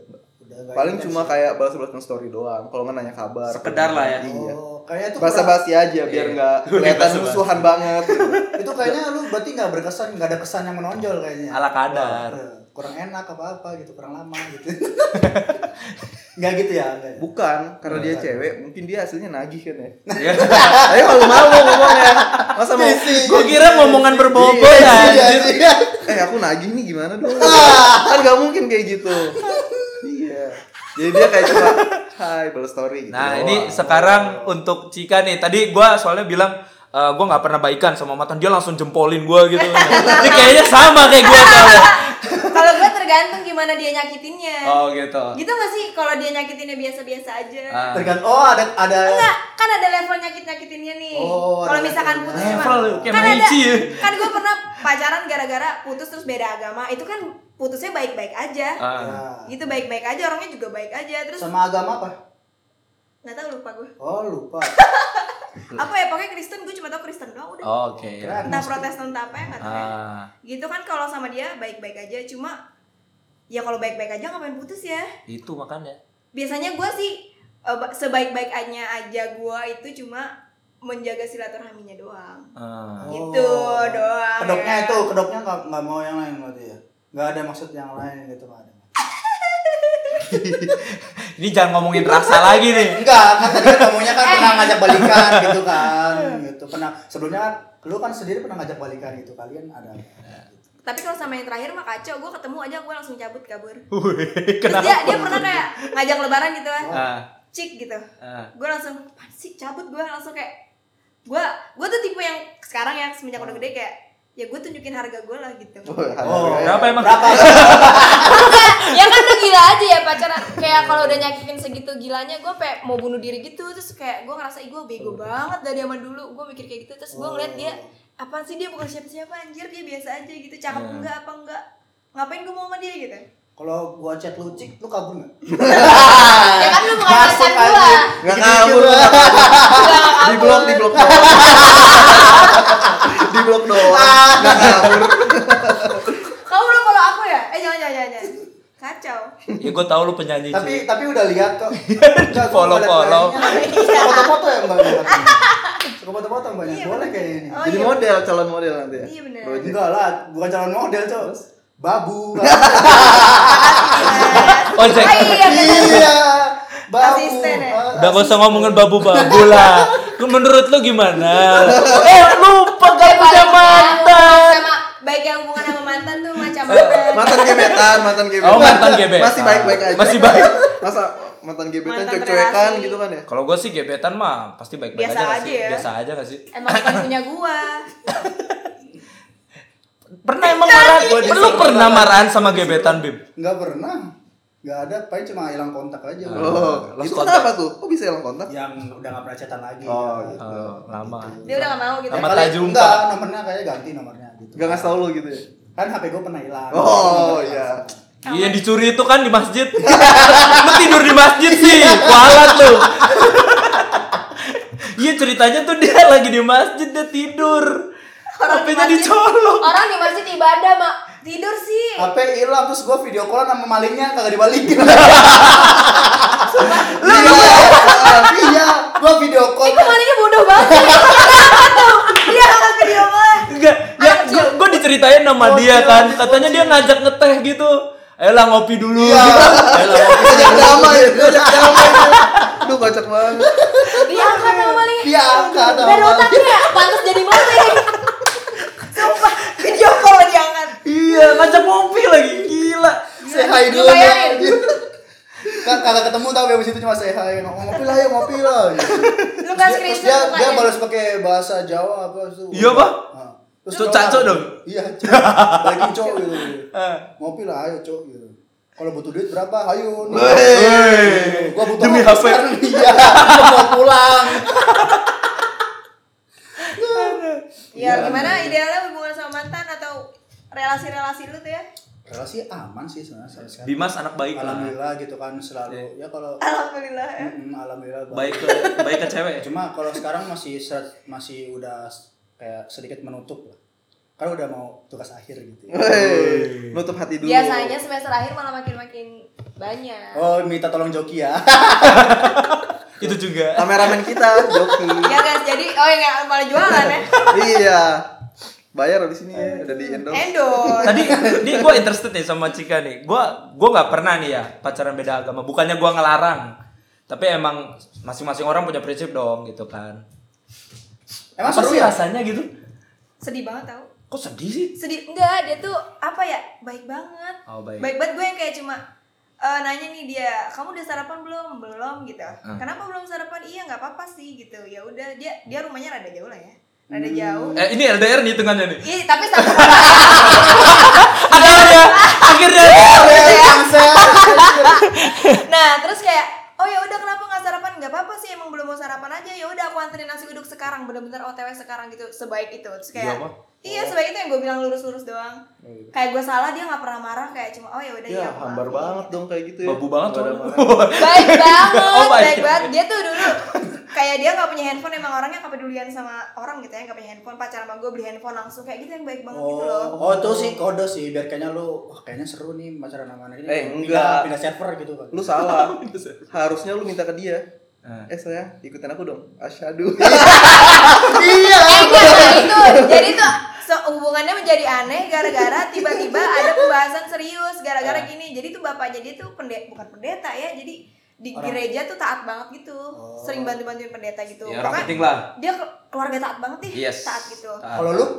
Udah nggak Paling intens cuma ya. kayak balas-balasan story doang. Kalau nggak nanya kabar. Sekedar lah ya. Iya. Oh, kayaknya itu Basa-basi aja biar Iya. nggak kelihatan Basa-basi. musuhan banget. Gitu. itu kayaknya lu berarti nggak berkesan, nggak ada kesan yang menonjol kayaknya. Ala kadar. Wah, kurang enak apa-apa gitu, kurang lama gitu. Nggak gitu ya? Enggak ya? Bukan, karena dia Bukan. cewek, mungkin dia aslinya nagih kan ya. Ya. Ayo malu-malu ngomongnya. Masa mau Gua kira ngomongan berbobot Iya, ya. iya. eh aku nagih nih gimana dong? Kan gak mungkin kayak gitu. Iya. Jadi dia kayak cuma hai balas story gitu. Nah, doang. ini sekarang untuk Cika nih. Tadi gua soalnya bilang eh, gua nggak pernah baikan sama mantan, dia langsung jempolin gua gitu. Ini kayaknya sama kayak gua soalnya. Kalau gue tergantung gimana dia nyakitinnya. Oh, gitu. Gitu gak sih kalau dia nyakitinnya biasa-biasa aja? Ah. Tergantung. Oh, ada ada Enggak, kan ada level nyakit-nyakitinnya nih. Oh, kalau ada misalkan levelnya. putus Level lu, cuma kayak kan ada, Maichi ya. kan gue pernah pacaran gara-gara putus terus beda agama. Itu kan putusnya baik-baik aja. Ah. Ya. Gitu baik-baik aja, orangnya juga baik aja. Terus Sama agama apa? nggak tahu lupa gue. Oh, lupa. Apa ya pokoknya Kristen, gue cuma tahu Kristen doang udah. Oh, Oke. Keren. Entah Protestan entah apa ya nggak tahu. ya. Ah. Gitu kan kalau sama dia baik-baik aja, cuma ya kalau baik-baik aja ngapain putus ya? Itu makanya. Biasanya gue sih eh, ba- sebaik-baiknya aja gue itu cuma menjaga silaturahminya doang. Ah. Gitu doang, Kedoknya ya. itu, kedoknya nggak nggak mau yang lain berarti ya? Nggak ada maksud yang lain gitu nggak ada. Ini jangan ngomongin rasa lagi nih. Enggak, kan tadi kan ngomongnya kan pernah ngajak balikan gitu kan, gitu. Pernah sebelumnya kan, lu kan sendiri pernah ngajak balikan gitu, kalian ada. Tapi kalau sama yang terakhir mah kacau, gue ketemu aja gue langsung cabut kabur. Wih, Terus kenapa? dia dia pernah kayak ngajak lebaran gitu kan, Ah. cik gitu. Ah. Gue langsung apaan sih cabut, gue langsung kayak gue gue tuh tipe yang sekarang ya semenjak udah gede kayak ya gue tunjukin harga gue lah gitu. Oh, harga. Oh, Berapa emang? Berapa? Ya kan udah gila aja ya pacaran, kayak kalau udah nyakitin segitu gilanya gue kayak mau bunuh diri gitu. Terus kayak gue ngerasa ih gue bego banget dari zaman dulu, gue mikir kayak gitu. Terus gue ngeliat dia apaan sih, dia bukan siapa-siapa anjir, dia biasa aja gitu, cakep Hmm. enggak apa enggak, ngapain gue mau sama dia gitu. Kalau gua chat lu cik, lu kabur nggak? Ya kan lu bukan Masuk pacar gue. aja. Nggak Dikit-dikit kabur. lu. Di blok di blok doang. Di blok doang. Nggak kabur. Kamu belum follow aku ya? Eh jangan jangan jangan, jangan. Kacau. Ya gue tahu lu penyanyi. Tapi Ci. tapi udah lihat kok. Enggak, gua Follow, liat follow. lainnya. Suka foto-foto ya Mbak? Suka foto-foto Mbaknya? Iya, Boleh bener. kayak ini. Oh, Jadi iya. model, calon model nanti ya. Iya, bener. Gojek. Enggak lah, bukan calon model, Cok. Babu. Ojek. Oh iya bener. Iya. Babu. Asisten ya? Ah, Udah gak usah ngomongin babu-babu lah. Menurut lu gimana? Eh lupa gak punya mantan. Sama baik yang hubungan sama mantan tuh macam mana? Mantan gebetan, mantan gebetan. Oh, mantan gebetan. Masih baik-baik aja. Masih baik. Masa mantan gebetan Mantan cuek-cuekan relasi. gitu kan ya? Kalau gue sih gebetan mah pasti baik-baik Biasa aja, nggak aja sih? ya. Biasa aja gak sih? Emang bukan punya gua. Pernah emang marah? Lu pernah marahan sama gebetan, Bim? Enggak pernah. Enggak ada, paling cuma hilang kontak aja. Oh, Lost itu kontak. kenapa tuh? Kok bisa hilang kontak? Yang udah enggak pernah chatan lagi. Oh, kan. gitu. Oh, lama. Dia udah gak mau gitu. Sama Paling- tak jumpa. Enggak, nomornya kayak ganti nomornya gitu. Gak ngasih tau lu gitu ya? Kan H P gue pernah hilang. Oh, iya. Iya dicuri itu kan di masjid. Lu tidur di masjid sih, kualat lu. Iya ceritanya tuh dia lagi di masjid, dia tidur. Orang di H P-nya masjid- dicolong. Orang di masjid ibadah mak tidur sih. H P hilang terus gue video callan sama malingnya kagak dibalikin. Lu iya, iya, gue video call. Itu malingnya bodoh banget. Dia angkat video call. enggak, ya gua, gua diceritain sama Oh, dia iya, kan. iya, Katanya dia ngajak ngeteh gitu. Ayolah ngopi dulu Iya. gitu. Ayolah ngopi. Ngajak damai, ngajak damai. Aduh, kocak banget. Dia angkat sama malingnya. Dia angkat sama Dari maling. otaknya pantas jadi maling. Sumpah video call dia angkat. Iya, ngajak ngopi lagi. Gila. Say hi Lu dulu. bayangin. Kan kagak ketemu tapi abis itu cuma say hi. Ngopi lah ya, ngopi lah. Gitu. Lu kan Terus screenshot dia, dia mukanya. balas pakai bahasa Jawa apa tuh? Iya, Pak? Nah, Terus cowok caco lah. dong? Iya, cok. Balikin cowok gitu. Eh. Ngopi lah, ayo cowok gitu. Kalau butuh duit berapa? Ayo nih. Wey. Gua butuh Demi ngopi H P. sekarang. Iya, gua mau pulang. Ya gimana idealnya hubungan sama mantan atau relasi-relasi lu tuh ya? Relasi aman sih sebenarnya sampai sekarang. Dimas anak baik lah. Alhamdulillah gitu kan selalu. Ya kalau Alhamdulillah ya. Mm, alhamdulillah Baik ke baik ke cewek. Cuma kalau sekarang masih set- masih udah kayak sedikit menutup lah. Kan udah mau tugas akhir gitu. Ya. Wey, nutup hati dulu. Biasanya semester akhir malah makin-makin Banyak. Oh, minta tolong joki ya. Itu juga. Kameramen kita Joki. Ya guys, jadi oh ya malah jualan ya. Iya. Bayar abis ini ya, udah di endorse. Endorse. Tadi ini gue interested nih sama Cika nih. Gue gue nggak pernah nih ya pacaran beda agama. Bukannya gue ngelarang, tapi emang masing-masing orang punya prinsip dong gitu kan. Emang Apa seru sih ya? rasanya gitu? Sedih banget tau. Kok sedih sih? Sedih enggak, dia tuh apa ya? Baik banget. Oh, baik. Baik banget gue yang kayak cuma eh, nanya nih dia, kamu udah sarapan belum? Belum gitu. Hmm. Kenapa belum sarapan? Iya nggak apa-apa sih gitu. Ya udah dia dia rumahnya rada jauh lah ya. Rada jauh. Eh ini L D R nih hitungannya nih. Iya, tapi satu Akhirnya, akhirnya. Nah, terus kayak oh ya udah kenapa nggak sarapan? Nggak apa-apa sih, emang belum mau sarapan aja. Ya udah aku anterin nasi uduk sekarang, bener-bener O T W sekarang gitu, sebaik itu. Terus kayak Iya, apa? iya sebaik itu yang gue bilang lurus-lurus doang. Kayak gue salah dia nggak pernah marah, kayak cuma oh ya udah Ya, aku hambar maafin. banget dong kayak gitu ya. Babu banget Nggak ada soalnya. marah. Baik banget, Oh, baik. baik banget. Dia tuh dulu kayak dia nggak punya handphone, emang orangnya kepedulian sama orang gitu ya, nggak punya handphone, pacaran sama gue beli handphone langsung kayak gitu yang baik banget gitu loh. Oh, oh itu sih kode sih biar kayaknya lu wah kayaknya seru nih pacaran sama anak ini. Eh, Pindah- enggak. Pindah server gitu kan. Lu salah. Harusnya lu minta ke dia. Ah. Eh sayang, ikutin aku dong. Asyhadu. Iya. Eh, enggak, nah, itu jadi tuh so- hubungannya menjadi aneh gara-gara tiba-tiba ada pembahasan serius gara-gara gini. Jadi tuh bapaknya dia tuh pendeta, bukan pendeta ya, jadi di Orang- gereja tuh taat banget gitu, Oh. sering bantu-bantuin pendeta gitu. Ya, orang Pokoknya penting lah. dia ke- keluarga taat banget nih, Yes. taat gitu. Taat. Kalau lu?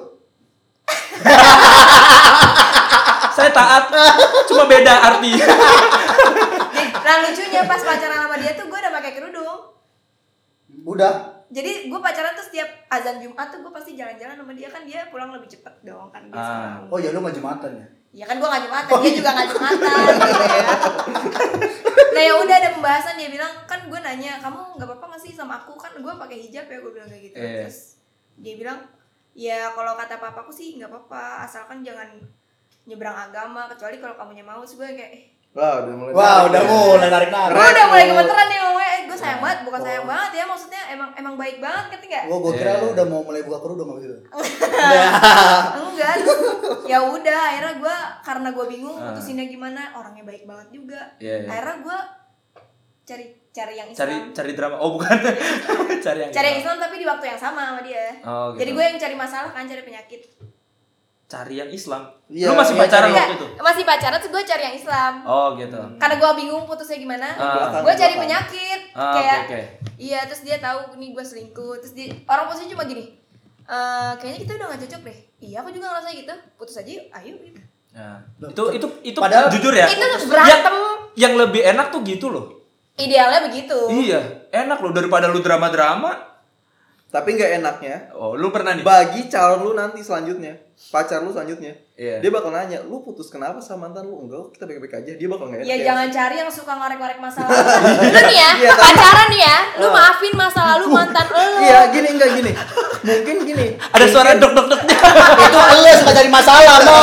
Saya taat, cuma beda arti. Nah lucunya pas pacaran sama dia tuh gue udah pakai kerudung. Udah. Jadi gue pacaran tuh setiap azan Jumat tuh gue pasti jalan-jalan sama dia, kan dia pulang lebih cepet dong kan biasa. Ah. Oh ya lu nggak jumatan ya? Ya kan gue nggak jumatan, dia juga nggak jumatan gitu ya. Nah ya udah ada pembahasan, dia bilang kan gue nanya kamu nggak apa-apa nggak sih sama aku, kan gue pakai hijab ya, gue bilang kayak gitu. Eh. Terus dia bilang ya kalau kata papaku sih nggak apa-apa, asalkan jangan nyebrang agama, kecuali kalau kamunya mau. Terus gue kayak eh Wah, udah mulai. Wah, udah mulai narik-narik. gue udah mulai gemeteran nih ngomongnya, eh gue sayang banget, bukan sayang banget ya, maksudnya emang emang baik banget ngerti nggak? Oh, gua kira Eh. lu udah mau mulai buka kerudung abis itu. Enggak, terus ya udah akhirnya gue karena gue bingung Ah. putusinnya gimana, orangnya baik banget juga. Iya, iya. Akhirnya gue cari cari yang Islam. Cari cari drama. Oh bukan. Cari yang Cari yang Islam tapi di waktu yang sama sama dia. Oh, gitu. Jadi gue yang cari masalah kan, cari penyakit. Cari yang Islam. Iya, Lu masih iya, pacaran cari- waktu itu? Enggak, masih pacaran tuh gue cari yang Islam. Oh gitu. Karena gue bingung putusnya gimana, Ah. gue cari penyakit. Ah, kayak oke, oke. iya, terus dia tahu nih gue selingkuh. Terus dia orang posisinya cuma gini. "Eh, kayaknya kita udah gak cocok deh." Iya, aku juga ngerasa gitu. Putus aja yuk, ayo gitu. Nah, itu itu itu Padahal- jujur ya. Itu tuh berantem. Yang, yang lebih enak tuh gitu loh. Idealnya begitu. Iya, enak loh daripada lu drama-drama. Tapi nggak enaknya, Oh, lu pernah nih? bagi calon lu nanti selanjutnya, pacar lu selanjutnya, Iya. dia bakal nanya, lu putus kenapa sama mantan lu? Enggak, kita baik-baik aja. Dia bakal nggak enak. Ya kayak, jangan cari yang suka ngorek-ngorek masa lalu. Lu nih ya, Iya, tapi- pacaran nih ya, lu maafin masa lalu mantan lu. Iya, gini enggak gini. Mungkin gini. Ada suara dok dok doknya. Itu lu suka cari masalah, no.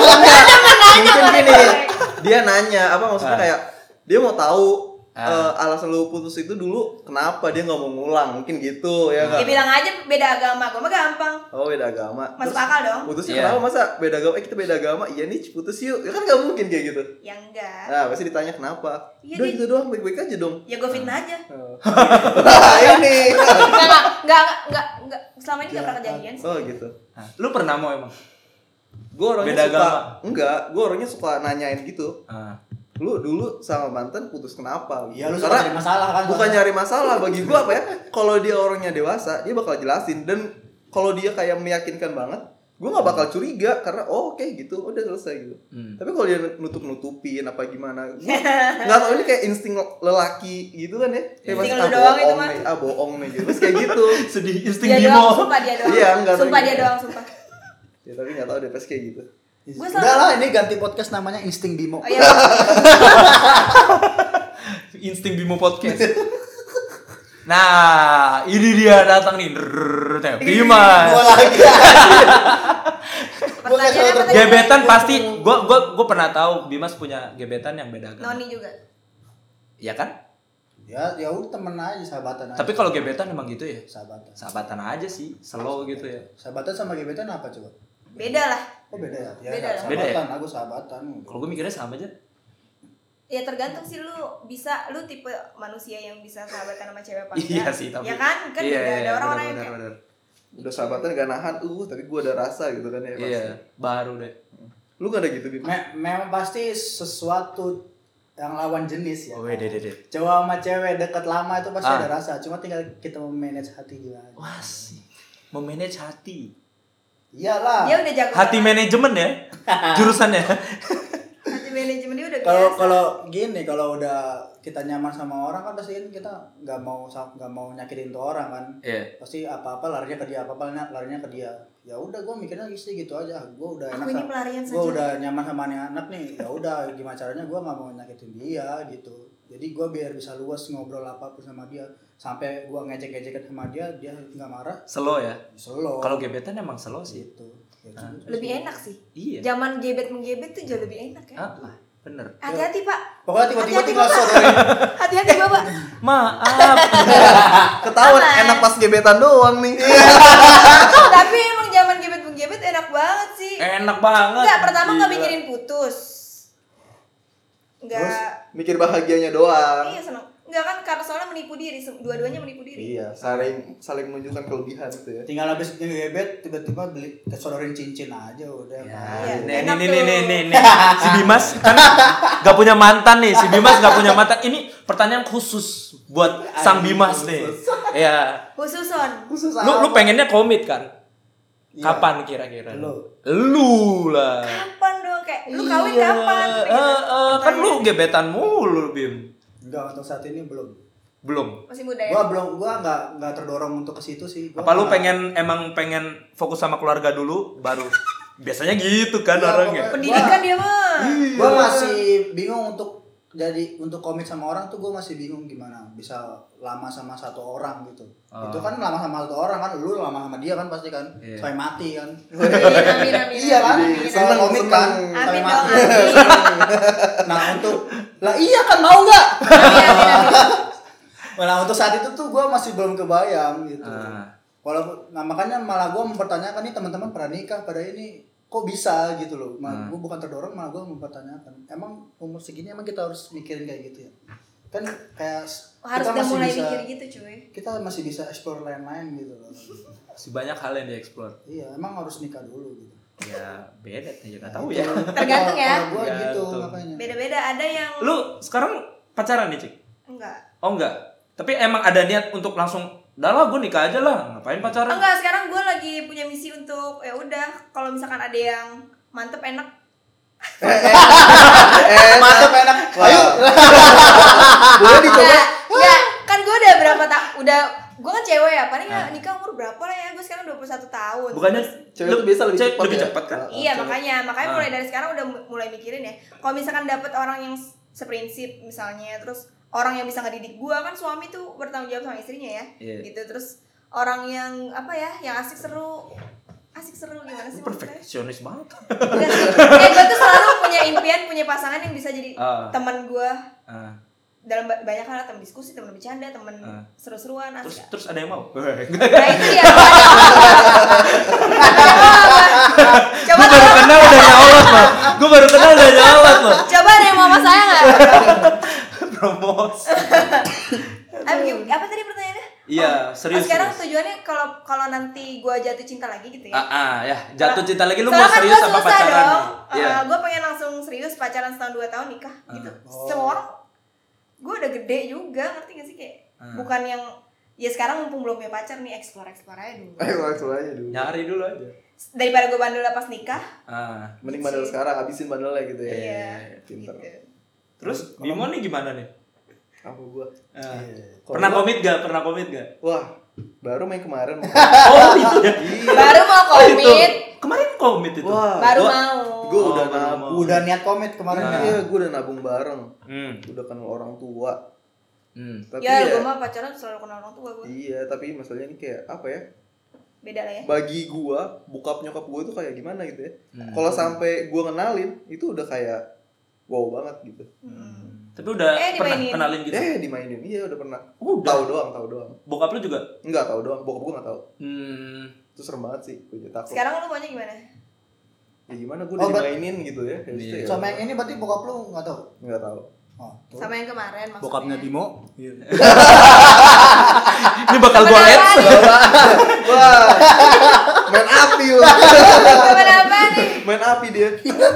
Mungkin gini. Dia nanya, apa maksudnya Ah. kayak dia mau tahu Ah. eh, alasan lu putus itu dulu kenapa dia nggak mau ngulang, mungkin gitu ya Ya nggak? bilang aja beda agama, gue mah gampang. Oh beda agama. Masuk Terus akal dong. Putusnya Iya. kenapa masa beda agama? Eh kita beda agama, iya nih putus yuk. Ya kan nggak mungkin kayak gitu. Ya enggak. Nah pasti ditanya kenapa? Iya, Udah dia- gitu doang, baik-baik aja dong. Ya gue fitnah aja. Nah ini. Enggak, enggak, enggak, enggak, enggak, selama ini enggak pernah kejadian sih. Oh gitu. Nah, lu pernah mau emang? Gue orangnya Beda suka agama? enggak, gue orangnya suka nanyain gitu. Ah. Lu dulu sama mantan putus kenapa? Iya, lu suka cari masalah kan. bukan nyari masalah bagi gua apa ya? Kalau dia orangnya dewasa, dia bakal jelasin, dan kalau dia kayak meyakinkan banget, gua nggak bakal curiga karena oh oke gitu, udah selesai gitu. Hmm. Tapi kalau dia nutup-nutupin apa gimana, gua nggak tahu ini kayak insting lelaki gitu kan ya. Kayak Insting masih, lu doang itu bohong mah." nih, ah bohong nih gitu. Terus kayak gitu. Sedih insting Dia Bimo. doang, sumpah dia doang. Iya, enggak tahu Sumpah dia gitu. doang, sumpah. Ya tapi nggak tahu deh pas kayak gitu. Gua Udah sama- lah, ini ganti podcast namanya Insting Bimo. Oh, iya. Insting Bimo podcast. Nah, ini dia datang nih. Drrrr, teh, Bima. Gua lagi. Gua kayak selalu Pertanyaannya apa ter- tadi? Gebetan pasti gua gua gua pernah tahu Bimas punya gebetan yang beda agama. Noni juga. Iya kan? Ya, ya udah temen aja, sahabatan aja. Tapi kalau gebetan emang gitu ya? sahabatan. Sahabatan aja sih, slow gitu ya. Sahabatan sama gebetan apa coba? Beda lah. Oh beda ya? Ya, Beda lah. sahabatan, Beda ya? aku sahabatan. Kalau gue mikirnya sama aja. Ya tergantung sih lu bisa lu tipe manusia yang bisa sahabatan sama cewek apa enggak. Iya sih tapi. Ya kan? Kan iya, beda ada iya, orang-orang bener, yang bener, kayak bener. Udah sahabatan gak nahan, uh tapi gue ada rasa gitu kan ya pasti. Iya, baru deh. Lu gak ada gitu Bim? Me- memang pasti sesuatu yang lawan jenis ya. Oh, deh deh deh. Cowok sama cewek dekat lama itu pasti Ah. ada rasa, cuma tinggal kita memanage hati gimana. Wah sih. Memanage hati. Iyalah. dia udah jago. Hati banget. manajemen ya. Jurusannya. Hati manajemen dia udah Kalau biasa. kalau gini, kalau udah kita nyaman sama orang kan pasti kan kita nggak mau nggak mau nyakitin tuh orang kan. Iya. Pasti apa-apa larinya ke dia, apa-apa larinya ke dia. Ya udah gue mikirnya sih gitu aja. Gue udah Aku enak ini sama, pelarian gue saja. udah nyaman sama nih anak nih. Ya udah gimana caranya gue nggak mau nyakitin dia gitu. Jadi gue biar bisa luas ngobrol apapun sama dia. Sampai gue ngejek-ngejekin sama dia, dia nggak marah. Slow ya. Slow. Kalau gebetan emang slow sih. gitu. Ya, Ah. gitu. Lebih enak sih. Iya. Zaman gebet menggebet tuh jauh lebih enak ya. Apa? Bener. Hati-hati Pak. Pokoknya tiba-tiba Hati-hati, tinggal Bapak. sodorin. Hati-hati Bapak. Maaf. Ketahuan Aman. enak pas gebetan doang nih. Tapi emang zaman gebet menggebet enak banget sih. Enak banget. Enggak, pertama enggak Gila. mikirin putus. Terus Enggak. mikir bahagianya doang. Iya seneng. Enggak kan karena soalnya menipu diri, se- dua-duanya menipu diri. Iya, saling saling menunjukkan kelebihan gitu ya. Tinggal habis ngebet tiba-tiba beli sodorin cincin aja udah. Ya, Iya, nih, enak nih, nih, tuh. nih, nih, nih. Si Bimas kan gak punya mantan nih. Si Bimas gak punya mantan. Ini pertanyaan khusus buat sang Bimas nih. Iya. Khususon. Khusus Lu lu apa? pengennya komit kan? Iya. Kapan kira-kira? Lu. Lu lah. Kapan dong kayak lu kawin Iya. kapan? Eh, eh, kan lu gebetan mulu, Bim. Enggak, untuk saat ini belum. Belum. Masih muda ya. Gua belum, gua nggak nggak terdorong untuk ke situ sih. Gua Apa lu nggak- pengen emang pengen fokus sama keluarga dulu baru? Biasanya gitu kan Iya, orangnya. pokoknya- Pendidikan dia mah. Gua masih bingung untuk jadi untuk komit sama orang tuh, gua masih bingung gimana bisa lama sama satu orang gitu. Oh. Itu kan lama sama satu orang kan, lu lama sama dia kan pasti kan, Iya. sampai mati kan. Amin amin amin. Iya kan, amin, amin, seneng amin. komit kan, Amin sampai dong, mati. amin. Nah untuk, lah iya kan mau nggak? Amin amin amin. Nah untuk saat itu tuh gua masih belum kebayang gitu. Ah. Walaupun, nah makanya malah gua mempertanyakan nih teman-teman pada nikah pada ini kok bisa gitu loh. Malah Hmm. gua bukan terdorong, malah gua mempertanyakan. Emang umur segini emang kita harus mikirin kayak gitu ya? Kan kayak s- Harus kita udah masih mulai bisa, mikir gitu cuy. kita masih bisa explore lain-lain gitu loh. Si banyak hal yang dieksplor. Iya, emang harus nikah dulu gitu. Ya beda ya nggak tahu ya. Tergantung ya. Kalau gua gitu Tergantung. makanya. Beda-beda ada yang Lu sekarang pacaran nih, Cik? enggak. Oh enggak. Tapi emang ada niat untuk langsung, dah lah gue nikah aja lah, ngapain pacaran? Enggak, sekarang gue lagi punya misi untuk ya udah kalau misalkan ada yang mantep enak. Mantap enak. Ayo. Boleh dicoba. Enggak, enggak. Kan gue udah berapa tak udah gue kan cewek ya, paling ya nikah umur berapa lah ya, gue sekarang dua puluh satu tahun. Bukannya Cewek lu- tuh biasa lebih cewek cepat lebih ya? cepat kan? Iya Cewek. makanya makanya Ah. mulai dari sekarang udah mu- mulai mikirin ya. Kalau misalkan dapet orang yang s- seprinsip misalnya, terus orang yang bisa ngedidik gua, kan suami tuh bertanggung jawab sama istrinya ya, Iya. gitu. Terus orang yang apa ya, yang asik seru, asik seru gimana sih? Lu maksudnya? perfeksionis banget. Enggak sih. Eh gue tuh selalu punya impian punya pasangan yang bisa jadi Ah. teman gua Ah, dalam ba- banyak hal, teman diskusi, teman bercanda, teman Ah. seru-seruan, terus asik. terus ada yang mau? Nah itu dia. Coba Gue baru tolong. kenal udah nyolot loh. Gue baru kenal udah nyolot loh. Coba ada yang mau sama saya nggak? Promosi. Eh, gim- apa tadi pertanyaannya? Iya, Oh, serius, oh, sekarang serius. tujuannya kalau kalau nanti gua jatuh cinta lagi gitu ya. Ah, ah, ya jatuh cinta lagi lu Soalnya mau kan serius gua apa susah pacaran? dong. Iya. Uh, gua pengen langsung serius pacaran setahun dua tahun nikah gitu. Oh. Semua orang gua udah gede juga, ngerti gak sih kayak Hmm. bukan yang ya sekarang mumpung belum punya pacar nih, explore explore aja dulu. Ayo langsung aja dulu. Nyari dulu aja. Daripada gua bandel pas nikah. Ah. Mending bandel sekarang, habisin bandelnya gitu ya. Iya. Pinter. Gitu. Terus Bimo nih gimana nih? Apa gua? Ah. Iya. Pernah komit gak? Pernah komit gak? Wah, baru main kemarin. Oh itu ya. Baru mau Oh, itu. komit, Kemarin komit itu. Wah, baru gua- mau. Gue Oh, udah baru nabung. mau. Udah niat komit kemarin Nah. kan. Iya, gue udah nabung bareng. Hmm. Udah kenal orang tua. Hmm. Tapi Ya, ya, gua mah pacaran selalu kenal orang tua gua. iya, tapi masalahnya ini kayak apa ya? Beda lah ya. Bagi gua, bokap nyokap gua tuh kayak gimana gitu ya. Hmm. Kalau sampai gua kenalin, itu udah kayak wow banget gitu. Hmm. Tapi udah Eh, pernah dimainin. kenalin gitu. Eh, dimainin. Iya, udah pernah. Udah. Tahu doang, tahu doang. Bokap lu juga? Enggak tahu doang, bokap gua enggak tahu. Hmm. Itu serem banget sih, gue jadi takut. Sekarang lu maunya gimana? Ya gimana gua Oh, udah ber- dimainin gitu ya. Habis itu Iya. ya Sama yang ini berarti bokap lu nggak tahu? enggak tahu. Oh, tuh. Sama yang kemarin maksudnya. Bokapnya Bimo. Ini bakal gua Kenapa ads. nih? Wah, main api lu. Gimana apa nih? Main api dia.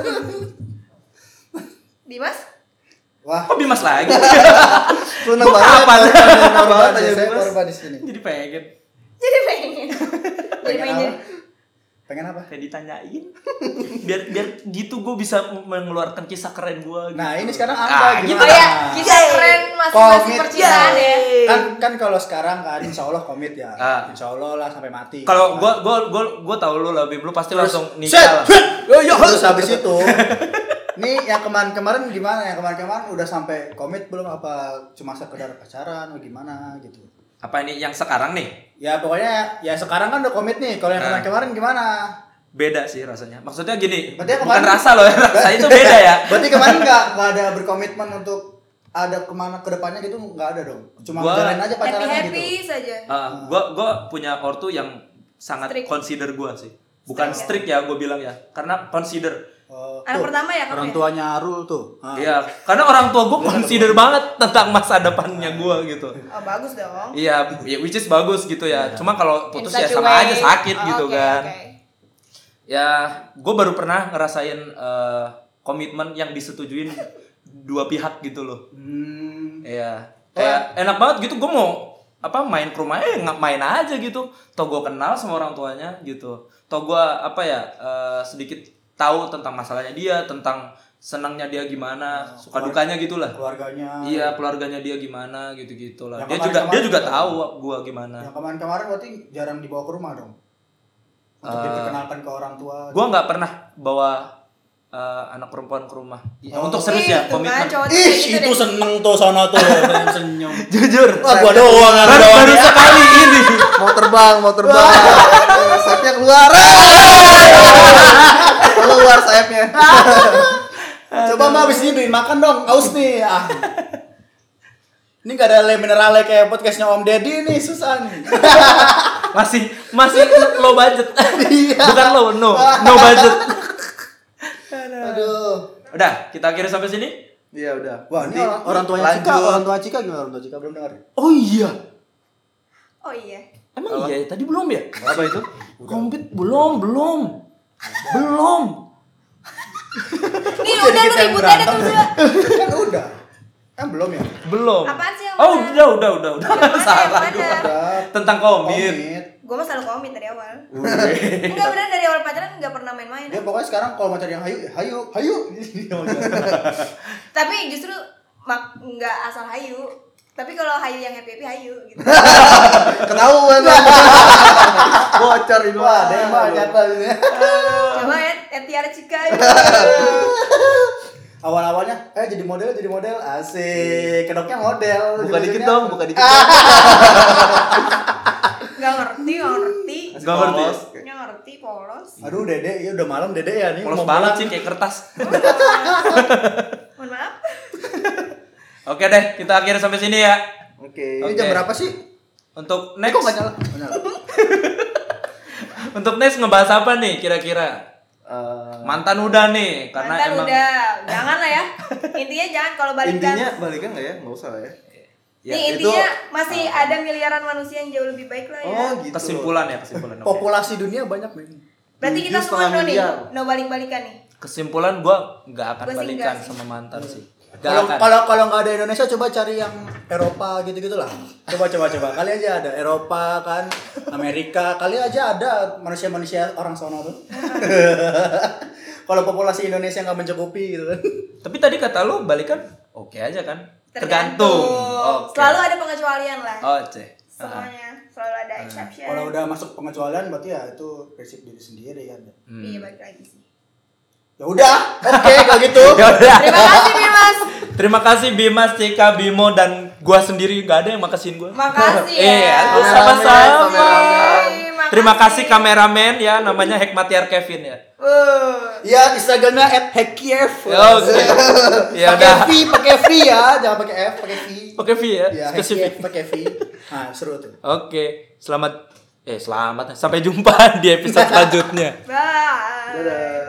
Dimas? Wah, Kok Bimas lagi? Seneng Gua banget. kapan? Seneng banget aja saya Bimas. korban di sini. Jadi pengen Jadi pengen. Jadi Pengen pengen. apa? Pengen apa? kayak ditanyain. Biar biar gitu gue bisa mengeluarkan kisah keren gue. Nah, ini sekarang Ah, Anda gitu Oh gimana? ya, kisah keren masing-masing Komit. percintaan ya. Kan kan kalau sekarang kan insya Allah komit ya. Ah. Insya Allah lah sampai mati. Kalau gue gue gue gue tahu lu lah, Bim, lu pasti Terus, langsung set, nikah lah. set. Terus habis itu nih yang kemarin-kemarin gimana? Yang kemarin-kemarin udah sampai komit belum apa cuma sekedar pacaran atau gimana gitu? Apa ini yang sekarang nih? Ya pokoknya ya sekarang kan udah komit nih. Kalau yang Nah. kemarin-kemarin gimana? Beda sih rasanya. Maksudnya gini, Berarti bukan kemarin- rasa loh, rasa itu beda ya. Berarti kemarin nggak nggak ada berkomitmen untuk ada kemana kedepannya gitu nggak ada dong. Cuma Gua- jalan aja Happy pacarannya happy gitu. saja. Uh, gue gue punya ortu yang sangat Strict. consider gue sih. Bukan Strict, strict ya, gue bilang ya. Karena consider. Oh, Anak tuh, pertama ya kamu orang ya? tuanya Arul tuh. Ah. Iya, karena orang tua gue consider banget tentang masa depannya gue gitu. Oh bagus dong. Iya, ya, which is bagus gitu ya. Cuma kalau In putus such ya a sama way. aja sakit Oh, gitu oke, kan. oke. Ya, gue baru pernah ngerasain eh, komitmen yang disetujuin dua pihak gitu loh. Hmm. Iya, kayak enak banget gitu. Gue mau apa main ke rumahnya, nggak main aja gitu. Toh gue kenal sama orang tuanya gitu. Toh gue apa ya eh, sedikit tahu tentang masalahnya dia, tentang senangnya dia gimana, suka dukanya gitulah. Keluarganya. Iya, keluarganya dia gimana gitu-gitu lah. Yang Dia juga kemarin-kemarin dia juga juga. tahu gua gimana. Yang kemarin-kemarin berarti jarang dibawa ke rumah dong. Untuk Eh, diperkenalkan ke orang tua. Gua nggak pernah bawa eh, anak perempuan ke rumah. Ya, Oh. untuk serius Ih, ya, tuh kan, komitmen. cowok tuh kayak gitu deh. seneng tuh sono tuh senyum. Jujur. Wah, gua doang yang Baru, doang baru ya. sekali ini. Mau terbang, mau terbang. Eh, Sayapnya keluar. Keluar sayapnya. Coba Mbak abis ini beliin makan dong, aus nih. Ah. Ini gak ada le minerale kayak podcastnya Om Deddy nih, susah nih. Masih masih low budget. Iya. Bukan low, no. No budget. Aduh. Udah, kita akhiri sampai sini. Iya udah. Wah, ini Nanti orang, orang tuanya Cika, lanjut. orang tua Cika gimana? Orang tua Cika belum dengar. Oh iya. Oh iya. Emang iya, tadi belum ya? Apa itu? Kompet belum, belum. Belum. Nih Kok udah jadi lu kita yang ribut aja berantem tuh ya? berdua. Kan udah. Kan belum ya? Belum. Apaan sih yang Oh, mana? udah, udah, udah, udah. Yang mana, Salah yang mana? gua. Udah. Tentang komit. Komit. Gue mah selalu komit dari awal. Enggak bener dari awal pacaran enggak pernah main-main. Dia pokoknya sekarang kalau mau cari yang hayu, ya hayu, hayu. Tapi justru mak nggak asal hayu. Tapi kalau hayu yang happy happy hayu gitu. Ketahuan. Bocor ini. Wah, ada yang banyak ini. Coba ya, Etiara Cika. Awal-awalnya, eh jadi model, jadi model, asik. Kedoknya model. Buka dikit ujung-ujungnya- dong, buka dikit. Nggak ngerti, nggak ngerti. Gak ngerti. Nggak ngerti, polos. Aduh, Dede, ya udah malam Dede ya nih. Polos mau banget pulang. sih kayak kertas. Mohon maaf. Oke deh, kita akhiri sampai sini ya. Oke. Ini Oke. jam berapa sih? Untuk Eh, kok nggak next, nyala? Nggak nyala. untuk next ngebahas apa nih kira-kira? Eh, Mantan udah nih, karena Mantan emang udah, jangan lah ya. Intinya jangan kalau balikan. intinya balikan nggak ya? Nggak usah lah ya. ya, Nih itu- intinya masih ada miliaran manusia yang jauh lebih baik lah ya. Oh gitu. kesimpulan ya, kesimpulan. Oke. Populasi dunia banyak, men. Berarti kita tujuh semua setengah no nih, miliar. no balik-balikan nih. Kesimpulan gua nggak akan Gua sih balikan nggak sih. sama mantan sih. Nggak Kalau akan. kalau kalau nggak ada Indonesia, coba cari yang Eropa gitu-gitu lah. Coba coba coba. Kali aja ada Eropa kan, Amerika. Kali aja ada manusia-manusia orang sono tuh. Kalau populasi Indonesia nggak mencukupi gitu kan. Tapi tadi kata lu balikan oke aja kan? Tergantung. Oke. Selalu ada pengecualian lah. Oh, ceh. Semuanya selalu ada exception. Kalau udah masuk pengecualian berarti ya itu prinsip diri sendiri kan. Hmm. Iya balik lagi sih. Ya udah, oke kalau gitu. Ya udah. Terima kasih Bimas. Terima kasih Bimas, Cika, Bimo dan gua sendiri nggak ada yang makasihin gua. Makasih ya. Iya, Kameramen, sama-sama. kameramen. Terima kasih kameramen ya, namanya Hekmatiar Kevin ya. Uh, Ya Instagramnya at hekiev. Oke. Ya Pakai udah. V, pakai V ya, jangan pakai F, pakai V. Oke V ya, Ya, spesifik. hekiev pakai V. Nah, seru tuh. Oke, selamat eh selamat. Sampai jumpa di episode selanjutnya. bye. Dadah.